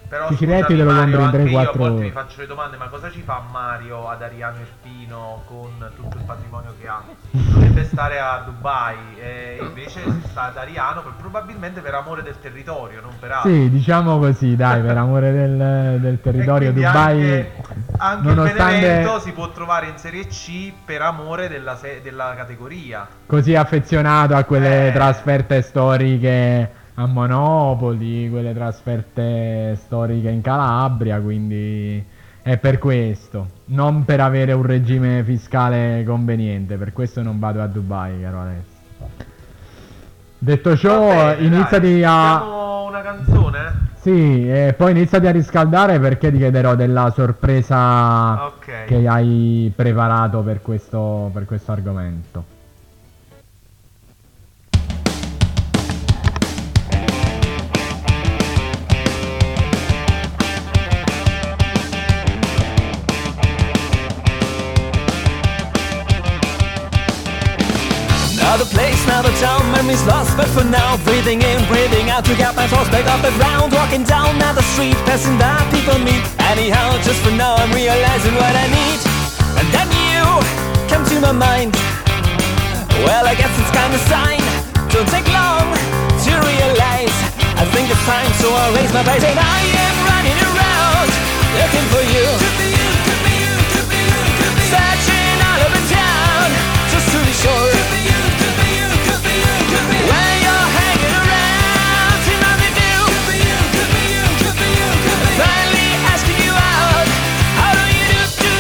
Però Cuciretti scusami, te lo Mario, compri in anche io a 3-4 volte mi ore. faccio le domande, ma cosa ci fa Mario ad Ariano Irpino con tutto il patrimonio che ha? Dovrebbe stare a Dubai e invece sta ad Ariano probabilmente per amore del territorio, non per altro. Sì, diciamo così, dai, per amore del territorio. E quindi Dubai, anche nonostante il Benevento si può trovare in Serie C per amore della categoria. così affezionato a quelle Eh. trasferte storiche a Monopoli, quelle trasferte storiche in Calabria, quindi è per questo, non per avere un regime fiscale conveniente, per questo non vado a Dubai, caro Alessio. Detto ciò, Va bene, iniziati dai, a... sentiamo una canzone? Sì, e poi iniziati a riscaldare perché ti chiederò della sorpresa Ok. che hai preparato per questo argomento. Now the place, now the town, memories lost, but for now, breathing in, breathing out to get my thoughts back off the ground. Walking down the street, passing by people meet. Anyhow, just for now, I'm realizing what I need. And then you come to my mind. Well, I guess it's kind of sign. Don't take long to realize. I think it's time, so I'll raise my voice and I am running around looking for you. Could be you, could be you, could be you, could be you. Searching all over town just to be sure. Could be you, could be you, could be you, could be you. When you're hanging around, see nothing new. Could be you, could be you, could be you, could be you. Finally asking you out. How do you do?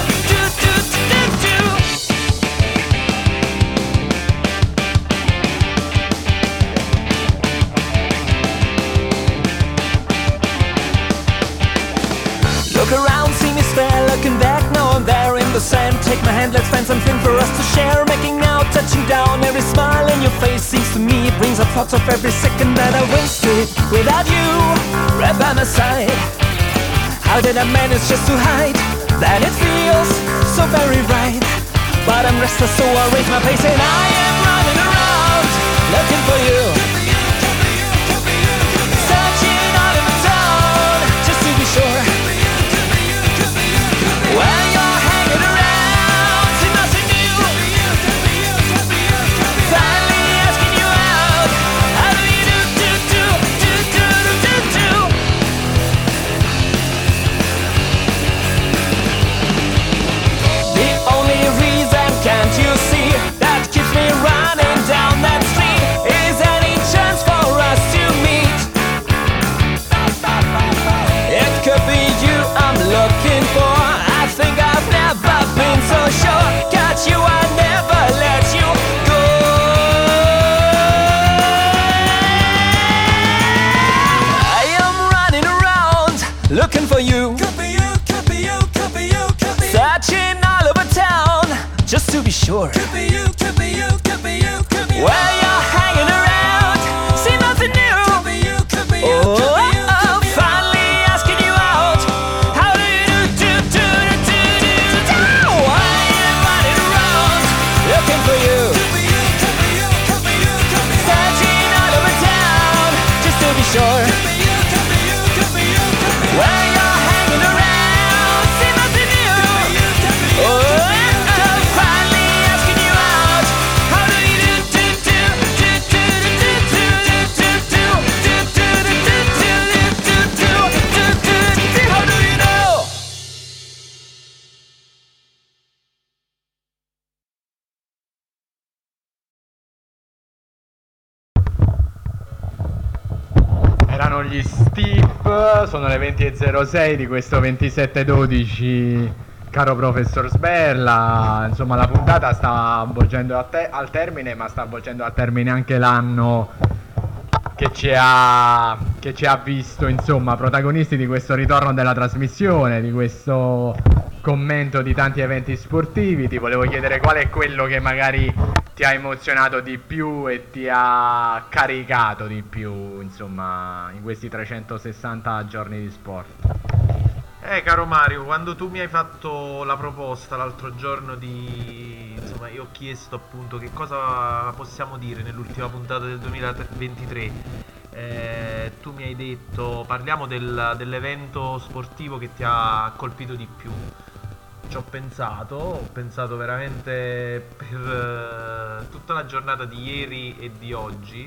Look around, see me stare, looking back, now I'm there in the sand. Take my hand, let's find something for us to share. Making out, touching down, every smile in your face seems to me it brings up thoughts of every second that I wasted without you, right by my side. How did I manage just to hide that it feels so very right? But I'm restless, so I raise my pace and I am running around looking for you. Searching all over town just to be sure. When you're hanging around, see nothing new. Finally asking you out. How do you do? The only reason, can't you see, that keeps me running down that street is any chance for us to meet. It could be you I'm looking for. I think I've never been so sure. Got you, I never let you go. I am running around looking for you. Could be you, could be you, could be you, could be you. Searching all over town just to be sure. Could be you, could be you, could be you, could be you. Where you're hanging around, see nothing new. Could be you, could be you, could be you. Finally asking you out. How do you do? I am running around looking for you. Could be you, could be you, could be you, could be you. Searching all over town just to be sure. Could be you, could be you, could be you, could be you. Where you're hanging around, see nothing new. Could be you, could be you, could be you. Finally asking you out. How do you do? How do you know? Erano gli Steve, sono le 20.06 di questo 27/12, caro professor Sberla. Insomma, la puntata sta avvolgendo al termine, ma sta avvolgendo al termine anche l'anno che ci ha visto, insomma, protagonisti di questo ritorno della trasmissione, di questo commento di tanti eventi sportivi. Ti volevo chiedere qual è quello che magari ti ha emozionato di più e ti ha caricato di più, insomma, in questi 360 giorni di sport. Caro Mario, quando tu mi hai fatto la proposta l'altro giorno insomma, io ho chiesto appunto che cosa possiamo dire nell'ultima puntata del 2023 Tu mi hai detto, parliamo dell'evento sportivo che ti ha colpito di più. Ci ho pensato veramente per tutta la giornata di ieri e di oggi,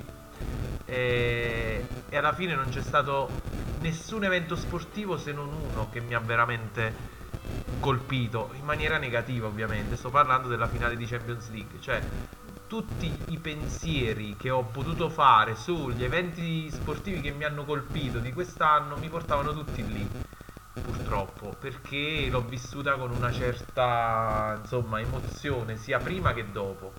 e alla fine non c'è stato nessun evento sportivo se non uno che mi ha veramente colpito, in maniera negativa ovviamente. Sto parlando della finale di Champions League, cioè tutti i pensieri che ho potuto fare sugli eventi sportivi che mi hanno colpito di quest'anno mi portavano tutti lì, purtroppo, perché l'ho vissuta con una certa, insomma, emozione sia prima che dopo.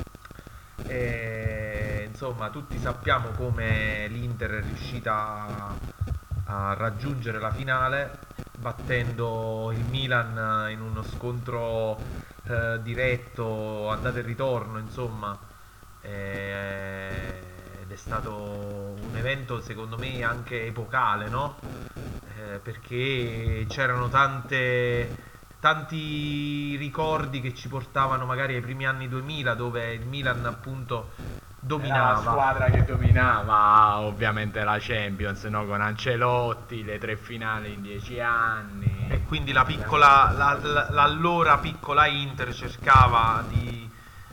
E, insomma, tutti sappiamo come l'Inter è riuscita a raggiungere la finale battendo il Milan in uno scontro diretto, andata e ritorno, insomma, ed è stato un evento secondo me anche epocale, no? Perché c'erano tanti ricordi che ci portavano magari ai primi anni 2000, dove il Milan appunto dominava. Era la squadra che dominava ovviamente la Champions, no? Con Ancelotti, le 3 finali in 10 anni. E quindi l'allora piccola Inter cercava di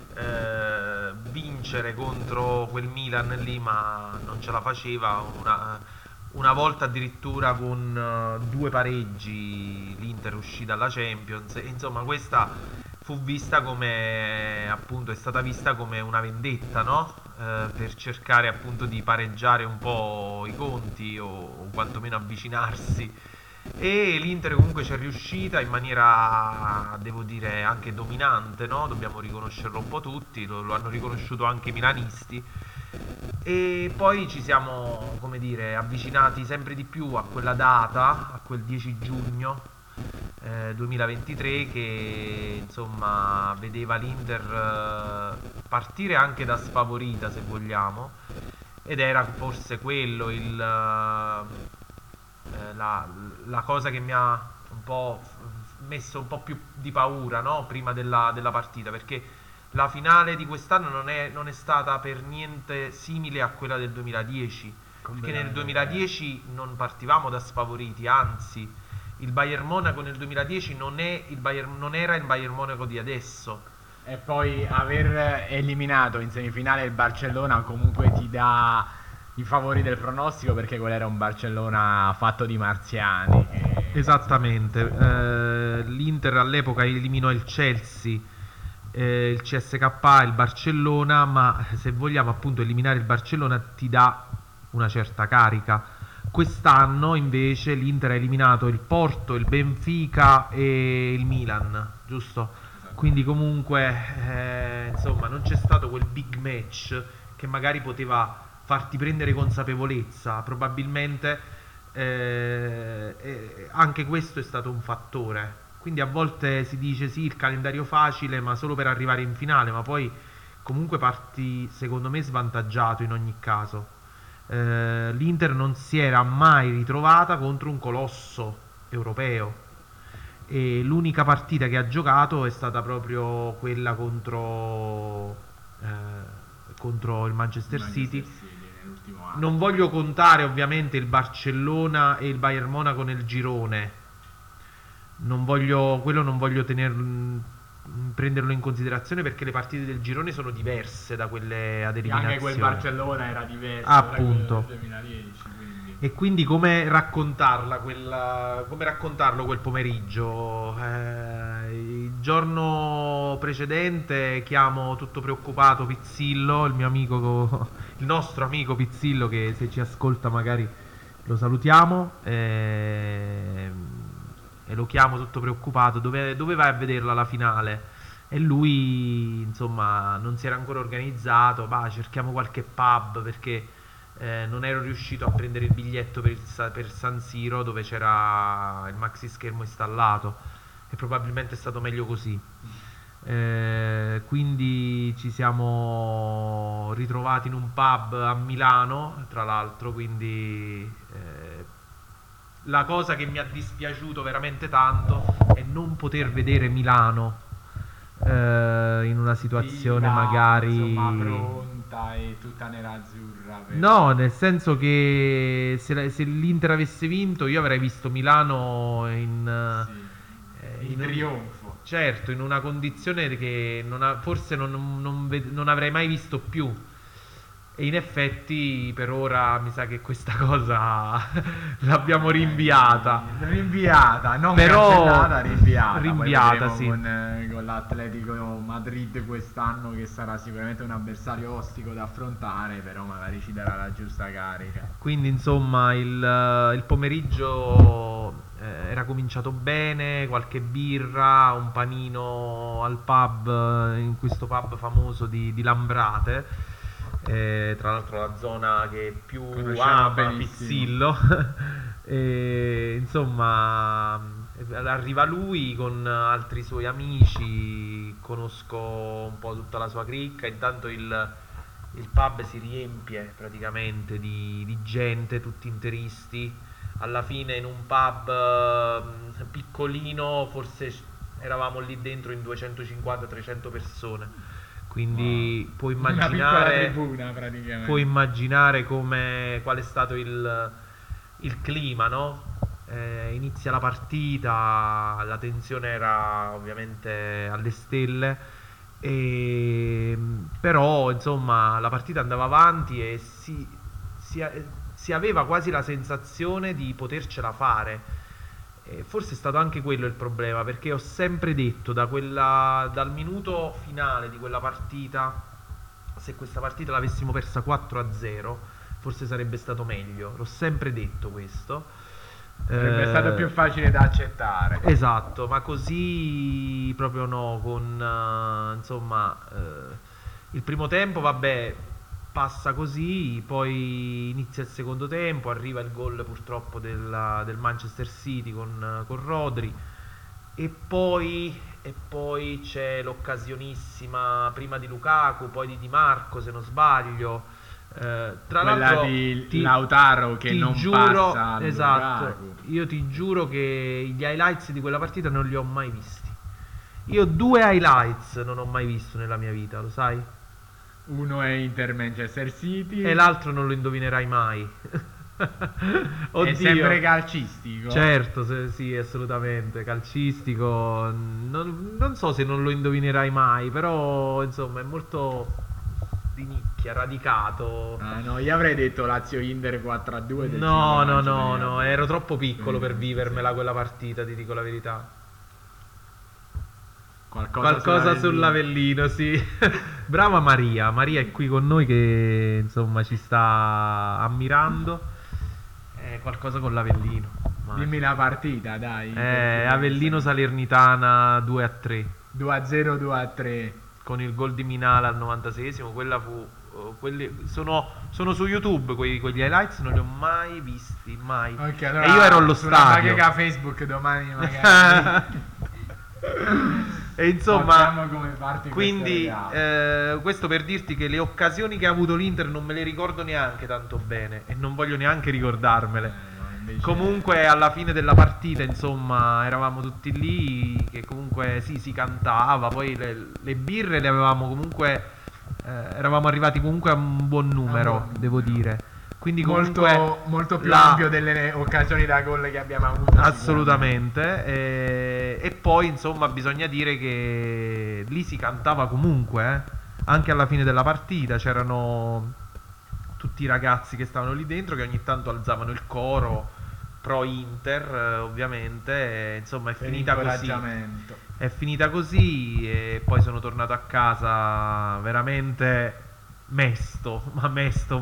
vincere contro quel Milan lì, ma non ce la faceva. Una volta addirittura con 2 pareggi l'Inter uscì dalla Champions. E, insomma, questa fu vista come, appunto, è stata vista come una vendetta, no? Per cercare appunto di pareggiare un po' i conti o quantomeno avvicinarsi. E l'Inter comunque ci è riuscita in maniera, devo dire, anche dominante, no? Dobbiamo riconoscerlo un po' tutti, lo hanno riconosciuto anche i milanisti. E poi ci siamo, come dire, avvicinati sempre di più a quella data, a quel 10 giugno 2023, che insomma vedeva l'Inter partire anche da sfavorita, se vogliamo, ed era forse quello la cosa che mi ha un po' messo un po' più di paura, no? Prima della partita, perché la finale di quest'anno non è stata per niente simile a quella del 2010, perché nel 2010 non partivamo da sfavoriti, anzi il Bayern Monaco nel 2010 non era il Bayern Monaco di adesso. E poi aver eliminato in semifinale il Barcellona comunque ti dà i favori del pronostico, perché quello era un Barcellona fatto di marziani. Esattamente. L'Inter all'epoca eliminò il Chelsea, il CSKA, il Barcellona, ma se vogliamo appunto eliminare il Barcellona ti dà una certa carica. Quest'anno invece l'Inter ha eliminato il Porto, il Benfica e il Milan, giusto? Quindi comunque insomma non c'è stato quel big match che magari poteva farti prendere consapevolezza. Probabilmente anche questo è stato un fattore. Quindi a volte si dice sì, il calendario facile, ma solo per arrivare in finale, ma poi comunque parti secondo me svantaggiato in ogni caso. L'Inter non si era mai ritrovata contro un colosso europeo, e l'unica partita che ha giocato è stata proprio quella contro il Manchester City. Nell'ultimo anno. Non voglio contare ovviamente il Barcellona e il Bayern Monaco nel girone, non voglio prenderlo in considerazione, perché le partite del girone sono diverse da quelle ad eliminazione. Anche quel Barcellona era diverso appunto da quello del 2010, quindi. E quindi come raccontarlo quel pomeriggio? Il giorno precedente chiamo tutto preoccupato Pizzillo, il nostro amico Pizzillo, che se ci ascolta magari lo salutiamo, e lo chiamo tutto preoccupato: dove vai a vederla la finale? E lui insomma non si era ancora organizzato, cerchiamo qualche pub, perché non ero riuscito a prendere il biglietto per San Siro, dove c'era il maxi schermo installato, e probabilmente è stato meglio così. Quindi ci siamo ritrovati in un pub a Milano, tra l'altro, quindi la cosa che mi ha dispiaciuto veramente tanto è non poter vedere Milano in una situazione magari insomma, pronta tutta nerazzurra. No, nel senso che se l'Inter avesse vinto io avrei visto Milano in trionfo. Certo, in una condizione che forse non avrei mai visto più. E in effetti per ora mi sa che questa cosa l'abbiamo rinviata. Non però cancellata, rinviata. Rinviata, Poi sì. con l'Atletico Madrid quest'anno, che sarà sicuramente un avversario ostico da affrontare, però magari ci darà la giusta carica. Quindi insomma il pomeriggio era cominciato bene, qualche birra, un panino al pub, in questo pub famoso di Lambrate. Tra l'altro la zona che più Conosciamo ama benissimo. Pizzillo. E, insomma, arriva lui con altri suoi amici, conosco un po' tutta la sua cricca. Intanto il pub si riempie praticamente di gente, tutti interisti. Alla fine in un pub piccolino forse eravamo lì dentro in 250-300 persone. Quindi puoi Una piccola immaginare, tribuna praticamente. puoi immaginare qual è stato il clima, no? Inizia la partita, la tensione era ovviamente alle stelle, però insomma la partita andava avanti e si aveva quasi la sensazione di potercela fare. Forse è stato anche quello il problema, perché ho sempre detto dal minuto finale di quella partita, se questa partita l'avessimo persa 4-0 forse sarebbe stato meglio. L'ho sempre detto questo. Sarebbe stato più facile da accettare. Esatto, ma così proprio no. Insomma, il primo tempo, vabbè, passa così, poi inizia il secondo tempo, arriva il gol purtroppo del Manchester City con Rodri, e poi c'è l'occasionissima prima di Lukaku, poi di Di Marco se non sbaglio. Tra Quella l'altro di Lautaro che non passa a esatto, Lukaku. io ti giuro che gli highlights di quella partita non li ho mai visti. Io 2 highlights non ho mai visto nella mia vita, lo sai? Uno è Inter Manchester City E l'altro non lo indovinerai mai. Oddio. è sempre calcistico. Certo, sì, assolutamente calcistico. Non so se non lo indovinerai mai, però insomma è molto di nicchia, radicato. Ah, no, io avrei detto Lazio Inter 4-2 del No, 5 maggio no, 2020. ero troppo piccolo per Sì. vivermela quella partita, ti dico la verità. Qualcosa sull'Avellino, sì. Brava Maria. Maria è qui con noi che insomma ci sta ammirando. Qualcosa con l'Avellino. Dimmi la partita, dai. Avellino Salernitana 2-3 2-0, 2-3. con il gol di Minala al 96esimo. Quella fu. Sono su YouTube quegli highlights, non li ho mai visti, mai. Ok, allora E io ero allo sulla stadio. bacheca Facebook domani magari. E insomma, Guardiamo come parti quindi questa regata. questo per dirti che le occasioni che ha avuto l'Inter non me le ricordo neanche tanto bene e non voglio neanche ricordarmele. No, invece- Comunque alla fine della partita, insomma, eravamo tutti lì che comunque sì, si cantava, poi le birre le avevamo comunque, eravamo arrivati comunque a un buon numero, devo dire. Quindi comunque molto più la- ampio delle occasioni da gol che abbiamo avuto. Assolutamente. E poi insomma bisogna dire che lì si cantava comunque, anche alla fine della partita c'erano tutti i ragazzi che stavano lì dentro che ogni tanto alzavano il coro pro Inter, ovviamente, e, insomma è Per finita così. incoraggiamento. È finita così e poi sono tornato a casa veramente mesto, ma mesto.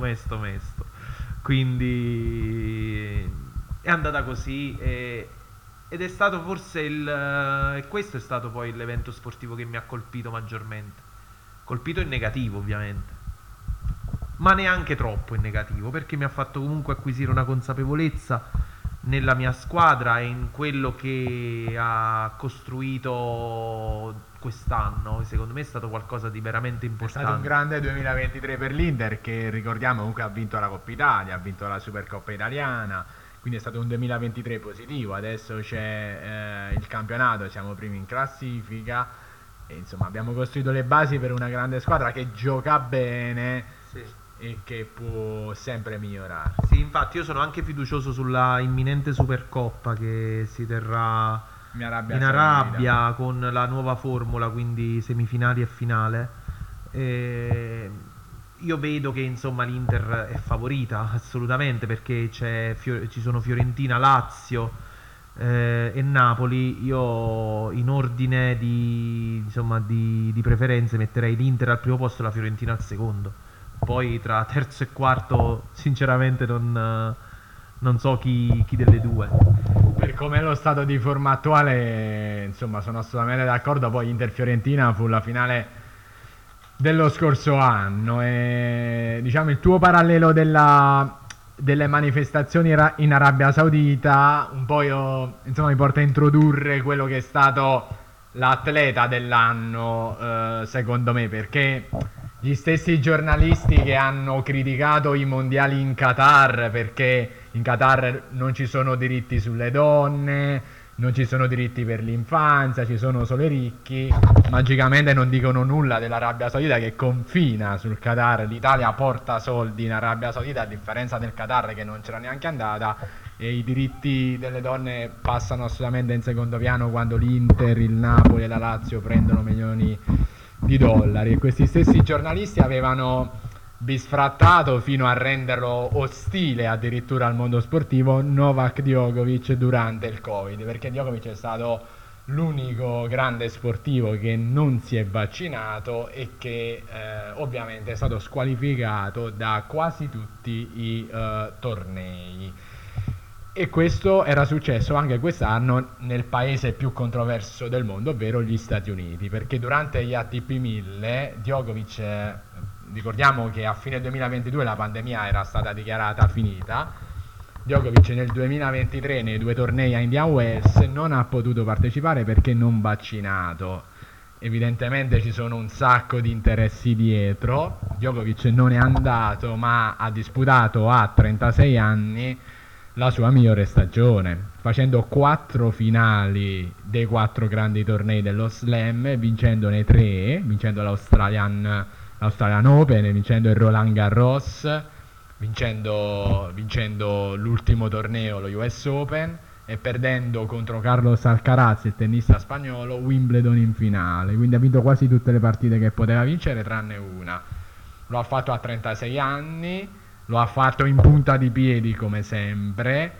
Quindi è andata così ed è stato forse e questo è stato poi l'evento sportivo che mi ha colpito maggiormente. Colpito in negativo, ovviamente. Ma neanche troppo in negativo, perché mi ha fatto comunque acquisire una consapevolezza nella mia squadra e in quello che ha costruito quest'anno. Secondo me è stato qualcosa di veramente È importante. stato un grande 2023 per l'Inter, che ricordiamo comunque ha vinto la Coppa Italia, ha vinto la Supercoppa italiana, quindi è stato un 2023 positivo. Adesso c'è il campionato, siamo primi in classifica e insomma abbiamo costruito le basi per una grande squadra che gioca bene. Sì. e che può sempre migliorare. Sì, infatti io sono anche fiducioso sulla imminente Supercoppa che si terrà In Arabia in Saudita. Arabia con la nuova formula, quindi semifinali e finale. Io vedo che insomma l'Inter è favorita assolutamente, perché ci sono Fiorentina, Lazio e Napoli. Io in ordine di preferenze metterei l'Inter al primo posto e la Fiorentina al secondo. Poi tra terzo e quarto sinceramente non so chi delle due. Per come è lo stato di forma attuale, insomma, sono assolutamente d'accordo. Poi Inter-Fiorentina fu la finale dello scorso anno e diciamo il tuo parallelo delle manifestazioni in Arabia Saudita un po' mi porta a introdurre quello che è stato l'atleta dell'anno, secondo me, perché gli stessi giornalisti che hanno criticato i mondiali in Qatar perché in Qatar non ci sono diritti sulle donne, non ci sono diritti per l'infanzia, ci sono solo i ricchi, magicamente non dicono nulla dell'Arabia Saudita che confina sul Qatar. L'Italia porta soldi in Arabia Saudita a differenza del Qatar che non c'era neanche andata, e i diritti delle donne passano assolutamente in secondo piano quando l'Inter, il Napoli e la Lazio prendono milioni di dollari. E questi stessi giornalisti avevano bisfrattato fino a renderlo ostile addirittura al mondo sportivo Novak Djokovic durante il Covid, perché Djokovic è stato l'unico grande sportivo che non si è vaccinato e che ovviamente è stato squalificato da quasi tutti i tornei. E questo era successo anche quest'anno nel paese più controverso del mondo, ovvero gli Stati Uniti, perché durante gli ATP 1000 Djokovic, ricordiamo che a fine 2022 la pandemia era stata dichiarata finita, Djokovic nel 2023 nei 2 tornei a Indian Wells non ha potuto partecipare perché non vaccinato. Evidentemente ci sono un sacco di interessi dietro. Djokovic non è andato, ma ha disputato a 36 anni la sua migliore stagione, facendo 4 finali dei 4 grandi tornei dello Slam, vincendone 3, vincendo l'Australian Open, vincendo il Roland Garros, vincendo l'ultimo torneo, lo US Open, e perdendo contro Carlos Alcaraz, il tennista spagnolo, Wimbledon in finale. Quindi ha vinto quasi tutte le partite che poteva vincere tranne una. Lo ha fatto a 36 anni, lo ha fatto in punta di piedi come sempre,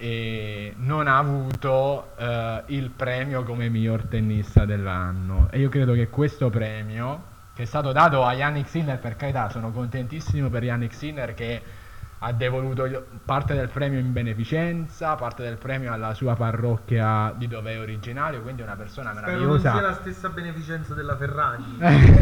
e non ha avuto il premio come miglior tennista dell'anno. E io credo che questo premio, che è stato dato a Jannik Sinner, per carità, sono contentissimo per Jannik Sinner che ha devoluto parte del premio in beneficenza, parte del premio alla sua parrocchia di dove è originario, quindi è una persona meravigliosa. Spero non sia la stessa beneficenza della Ferragni.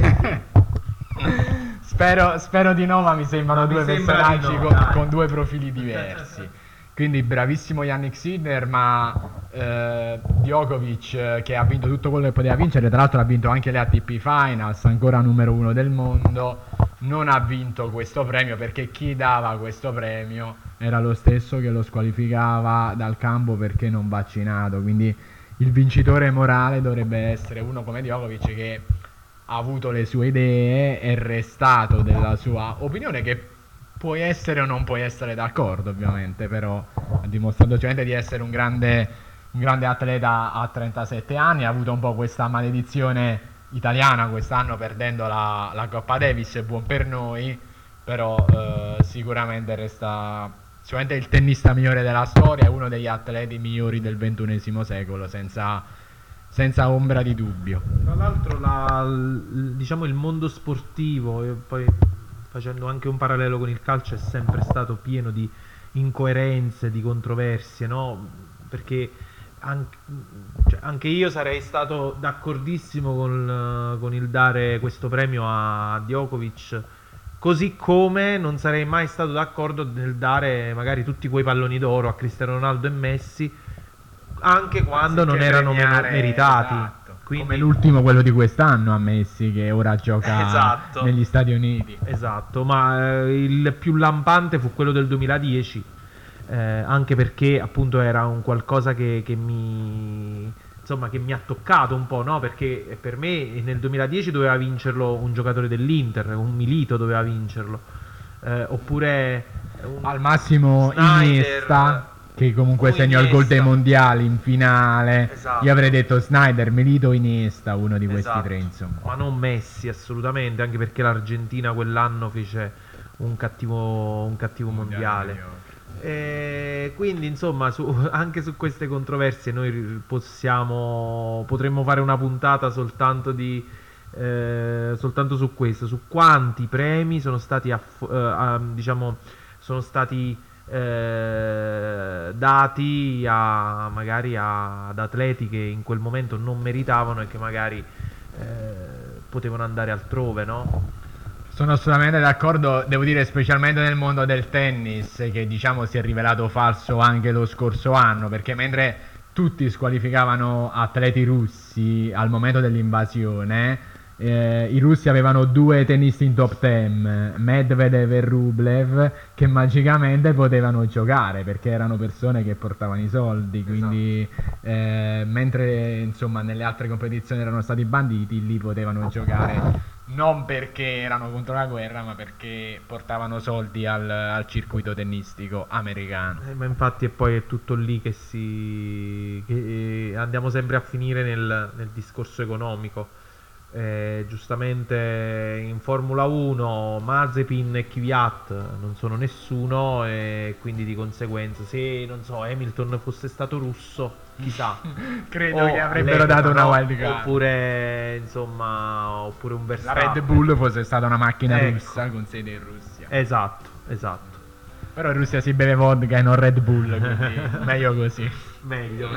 Spero di no, ma mi sembrano due personaggi con due profili diversi. Quindi bravissimo Jannik Sinner, ma Djokovic, che ha vinto tutto quello che poteva vincere, tra l'altro ha vinto anche le ATP Finals, ancora numero 1 del mondo, non ha vinto questo premio perché chi dava questo premio era lo stesso che lo squalificava dal campo perché non vaccinato. Quindi il vincitore morale dovrebbe essere uno come Djokovic, che ha avuto le sue idee, è restato della sua opinione, che puoi essere o non puoi essere d'accordo ovviamente, però ha dimostrato di essere un grande atleta a 37 anni, ha avuto un po' questa maledizione italiana quest'anno perdendo la Coppa Davis, è buon per noi, però sicuramente resta il tennista migliore della storia, è uno degli atleti migliori del XXI secolo, senza ombra di dubbio. Tra l'altro diciamo il mondo sportivo, e poi facendo anche un parallelo con il calcio, è sempre stato pieno di incoerenze, di controversie, no? Perché anche io sarei stato d'accordissimo con il dare questo premio a Djokovic, così come non sarei mai stato d'accordo nel dare magari tutti quei palloni d'oro a Cristiano Ronaldo e Messi, anche quando non erano meritati. Esatto. Quindi, come l'ultimo, quello di quest'anno, a Messi, che ora gioca esatto, negli Stati Uniti. Esatto, ma il più lampante fu quello del 2010, anche perché appunto era un qualcosa che mi insomma, che mi ha toccato un po', no? Perché per me nel 2010 doveva vincerlo un giocatore dell'Inter, un Milito doveva vincerlo, oppure al massimo Snyder, Iniesta, che comunque o segnò il gol dei Iniesta. mondiali in finale. Esatto. Io avrei detto Snyder, Milito, Iniesta, uno di questi Esatto. tre, insomma. Ma non Messi, assolutamente, anche perché l'Argentina quell'anno fece un cattivo mondiale. E quindi insomma anche su queste controversie noi potremmo fare una puntata soltanto su questo, su quanti premi sono stati dati magari ad atleti che in quel momento non meritavano e che magari potevano andare altrove, no? Sono assolutamente d'accordo, devo dire specialmente nel mondo del tennis, che diciamo si è rivelato falso anche lo scorso anno, perché mentre tutti squalificavano atleti russi al momento dell'invasione, i russi avevano 2 tennisti in top 10, Medvedev e Rublev, che magicamente potevano giocare perché erano persone che portavano i soldi, quindi mentre insomma nelle altre competizioni erano stati banditi, lì potevano giocare non perché erano contro la guerra, ma perché portavano soldi al circuito tennistico americano. Ma infatti e poi è tutto lì che andiamo sempre a finire nel discorso economico. Giustamente in Formula 1 Mazepin e Kvyat non sono nessuno, e quindi di conseguenza se non so Hamilton fosse stato russo, chissà, Credo che avrebbero dato una wild card, oppure un la Verstappen. Red Bull fosse stata una macchina Ecco. russa con sede in Russia. Esatto. Però in Russia si beve vodka e non Red Bull, quindi meglio così. Meglio.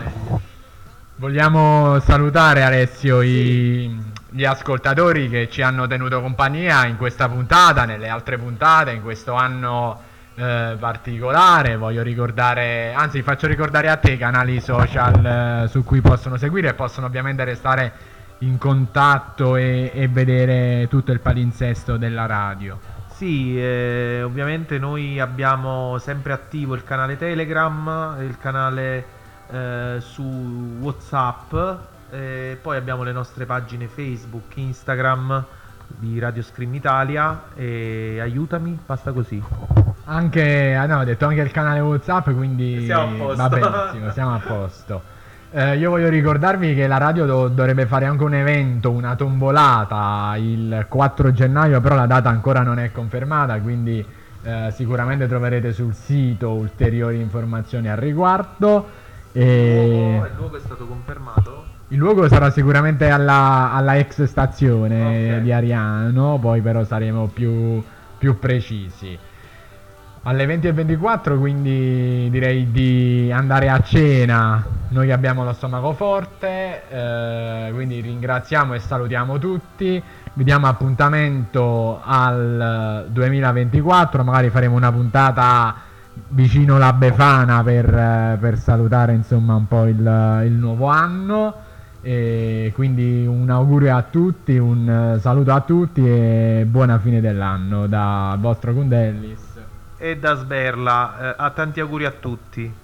Vogliamo salutare, Alessio, gli ascoltatori che ci hanno tenuto compagnia in questa puntata, nelle altre puntate, in questo anno particolare. Faccio ricordare a te i canali social su cui possono seguire e possono ovviamente restare in contatto e vedere tutto il palinsesto della radio. Sì, ovviamente noi abbiamo sempre attivo il canale Telegram, il canale su WhatsApp, poi abbiamo le nostre pagine Facebook, Instagram di Radio Scream Italia, e aiutami, basta così. Ho detto anche il canale WhatsApp, quindi Siamo a posto. va benissimo, siamo a posto. Io voglio ricordarvi che la radio dovrebbe fare anche un evento, una tombolata il 4 gennaio, però la data ancora non è confermata, quindi sicuramente troverete sul sito ulteriori informazioni al riguardo. Il luogo è stato confermato? Il luogo sarà sicuramente alla ex stazione, Ok. di Ariano, poi però saremo più precisi. Alle 20:24, quindi direi di andare a cena. Noi abbiamo lo stomaco forte, quindi ringraziamo e salutiamo tutti. Vi diamo appuntamento al 2024, magari faremo una puntata vicino la Befana per salutare insomma un po' il nuovo anno. E quindi un augurio a tutti, un saluto a tutti e buona fine dell'anno dal vostro Condellis E da Sberla, a tanti auguri a tutti.